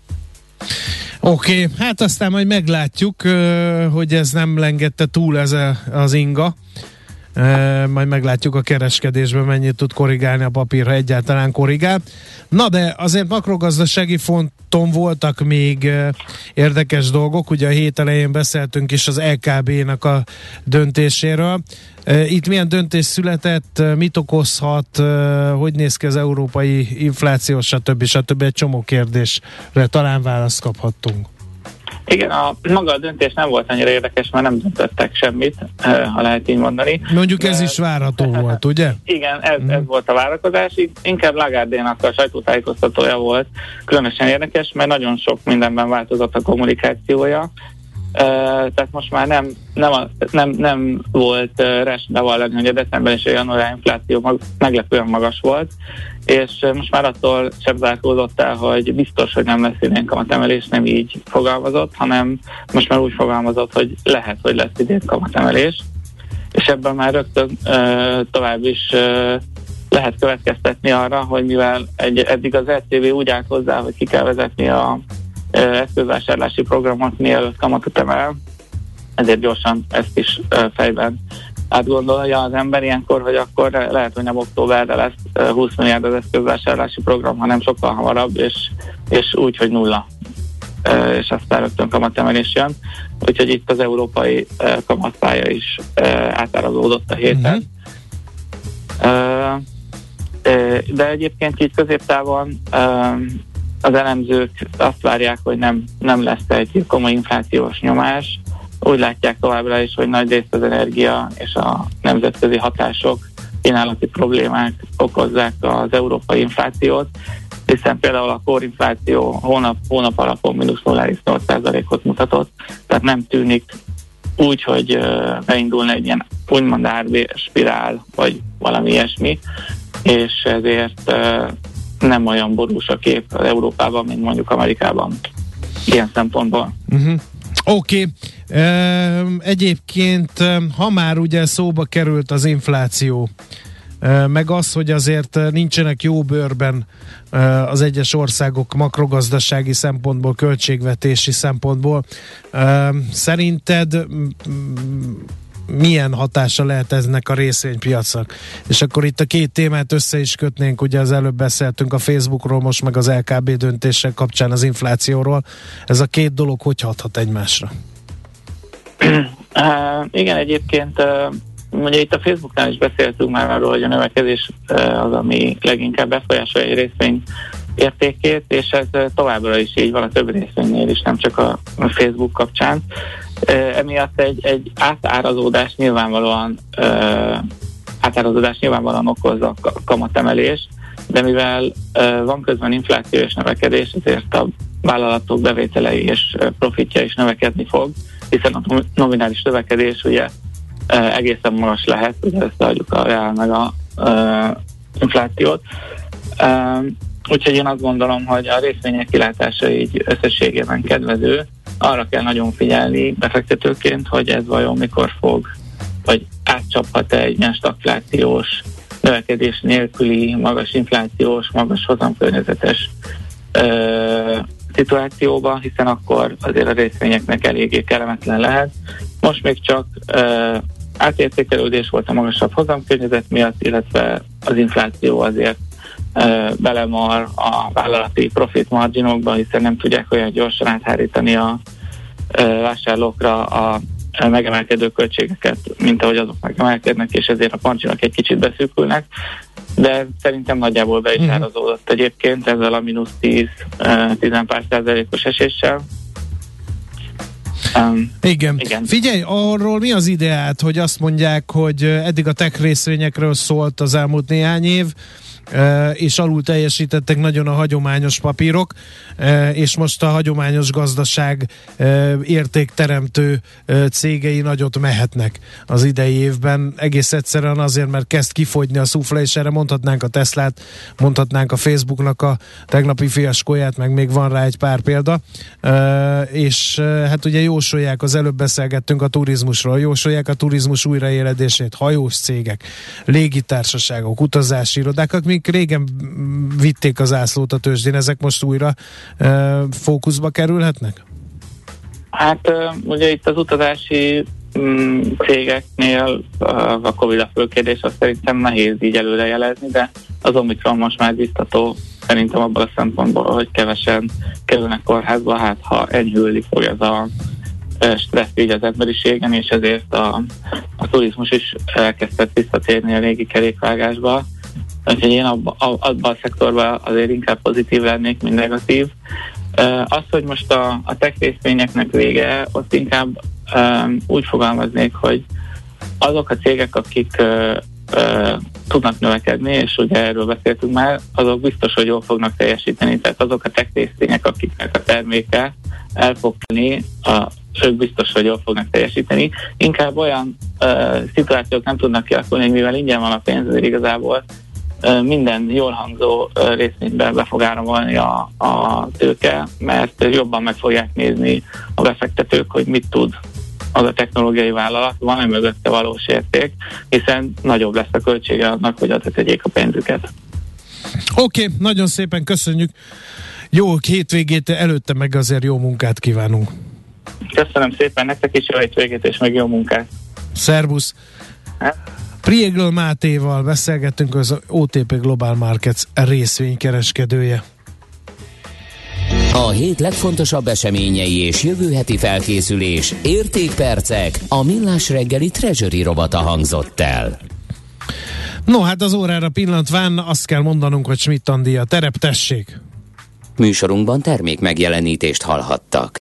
Oké, hát aztán majd meglátjuk, hogy ez nem lengette túl ez az inga. Majd meglátjuk a kereskedésben mennyit tud korrigálni a papír, ha egyáltalán korrigál. Na de azért makrogazdasági fronton voltak még érdekes dolgok, ugye a hét elején beszéltünk is az LKB-nak a döntéséről. Itt milyen döntés született, mit okozhat, hogy néz ki az európai infláció, stb. Egy csomó kérdésre talán választ kaphattunk. Igen, maga a döntés nem volt annyira érdekes, mert nem döntöttek semmit, ha lehet így mondani. Mondjuk ez is várható volt, ugye? Igen, ez volt a várakozás. Inkább Lagarde-nak a sajtótájékoztatója volt különösen érdekes, mert nagyon sok mindenben változott a kommunikációja. Tehát most már nem volt res bevallani, hogy a december és a január infláció meglepően magas volt, és most már attól sem zárkózott el, hogy biztos, hogy nem lesz idén kamatemelés, nem így fogalmazott, hanem most már úgy fogalmazott, hogy lehet, hogy lesz idén kamatemelés, és ebben már rögtön tovább is lehet következtetni arra, hogy mivel eddig az ECB úgy állt hozzá, hogy ki kell vezetni a eszközvásárlási programot, mielőtt kamatot emel, ezért gyorsan ezt is fejben átgondolja az ember ilyenkor, hogy akkor lehet, hogy nem októberre lesz 20 milliárd az eszközvásárlási program, hanem sokkal hamarabb, és úgy, hogy nulla. És aztán rögtön kamatemelés jön. Úgyhogy itt az európai kamatpálya is átárazódott a héten. De egyébként így középtávon az elemzők azt várják, hogy nem lesz egy komoly inflációs nyomás. Úgy látják továbbra is, hogy nagy részt az energia és a nemzetközi hatások, kínálati problémák okozzák az európai inflációt, hiszen például a korinfláció hónap alapon -0,8%-ot mutatott, tehát nem tűnik úgy, hogy beindulna egy ilyen úgymond árspirál, vagy valami ilyesmi, és ezért nem olyan borús a kép az Európában, mint mondjuk Amerikában ilyen szempontból. Oké. Egyébként, ha már ugye szóba került az infláció, meg az, hogy azért nincsenek jó bőrben az egyes országok makrogazdasági szempontból, költségvetési szempontból, szerinted milyen hatása lehet eznek a részvénypiacnak? És akkor itt a két témát össze is kötnénk, ugye az előbb beszéltünk a Facebookról, most meg az LKB döntéssel kapcsán az inflációról. Ez a két dolog hogy hathat egymásra? Igen, egyébként ugye itt a Facebooknál is beszéltünk már arról, hogy a növekedés az, ami leginkább befolyásolja egy részvény értékét, és ez továbbra is így van a több részvénynél is, nem csak a Facebook kapcsán. Emiatt egy átárazódás nyilvánvalóan okozza a kamatemelést, de mivel van közben infláció és növekedés, ezért vállalatok bevételei és profitja is növekedni fog, hiszen a nominális növekedés ugye egészen magas lehet, ugye összeadjuk a reál meg a inflációt. Úgyhogy én azt gondolom, hogy a részvények kilátása így összességében kedvező. Arra kell nagyon figyelni befektetőként, hogy ez vajon mikor fog, vagy átcsaphat egy ilyen stagflációs, növekedés nélküli, magas inflációs, magas hozamkörnyezetes szituációba, hiszen akkor azért a részvényeknek eléggé kellemetlen lehet. Most még csak átértékelődés volt a magasabb hozamkörnyezet miatt, illetve az infláció azért belemar a vállalati profit marginokba, hiszen nem tudják olyan gyorsan áthárítani a vásárlókra a megemelkedő költségeket, mint ahogy azok megemelkednek, és ezért a marginok egy kicsit beszűkülnek, de szerintem nagyjából be is árazódott egyébként ezzel a mínusz 10-10% eséssel. Igen. Figyelj, arról mi az ideát, hogy azt mondják, hogy eddig a tech részvényekről szólt az elmúlt néhány év, és alul teljesítettek nagyon a hagyományos papírok, és most a hagyományos gazdaság értékteremtő cégei nagyot mehetnek az idei évben. Egész egyszerűen azért, mert kezd kifogyni a szufla, és erre mondhatnánk a Teslát, mondhatnánk a Facebooknak a tegnapi fiaskóját, meg még van rá egy pár példa. És hát ugye jósolják, az előbb beszélgettünk a turizmusról, jósolják a turizmus újraéledését, hajós cégek, légitársaságok, utazási irodák, amik régen vitték az zászlót a tőzsdén, ezek most újra fókuszba kerülhetnek? Hát ugye itt az utazási cégeknél a Covid a fő kérdés, azt szerintem nehéz így előrejelezni, de az Omikron most már biztató szerintem abban a szempontból, hogy kevesen kerülnek kórházba, hát ha enyhülni fog ez a stressz így az emberiségen, és ezért a turizmus is elkezdett visszatérni a régi kerékvágásba. Úgyhogy én abban a szektorban azért inkább pozitív lennék, mint negatív. Az, hogy most a tech részvényeknek vége, ott inkább úgy fogalmaznék, hogy azok a cégek, akik tudnak növekedni, és ugye erről beszéltünk már, azok biztos, hogy jól fognak teljesíteni. Tehát azok a tech részvények, akiknek a terméke el fog tenni, ők biztos, hogy jól fognak teljesíteni. Inkább olyan szituációk nem tudnak kialakulni, hogy mivel ingyen van a pénz, azért igazából minden jól hangzó részvényben be fog áramolni a tőke, mert jobban meg fogják nézni a befektetők, hogy mit tud az a technológiai vállalat, van-e mögötte valós érték, hiszen nagyobb lesz a költsége annak, hogy adra tegyék a pénzüket. Oké, nagyon szépen köszönjük. Jó hétvégét, előtte meg azért jó munkát kívánunk. Köszönöm szépen, nektek is jó hétvégét és meg jó munkát. Szervusz! Priegl Mátéval beszélgettünk, az OTP Global Markets részvénykereskedője. A hét legfontosabb eseményei és jövő heti felkészülés, értékpercek, a Millás reggeli Treasury rovata hangzott el. No, hát az órára pillantván azt kell mondanunk, hogy Schmidt Andi a terep, tessék! Műsorunkban termék megjelenítést hallhattak.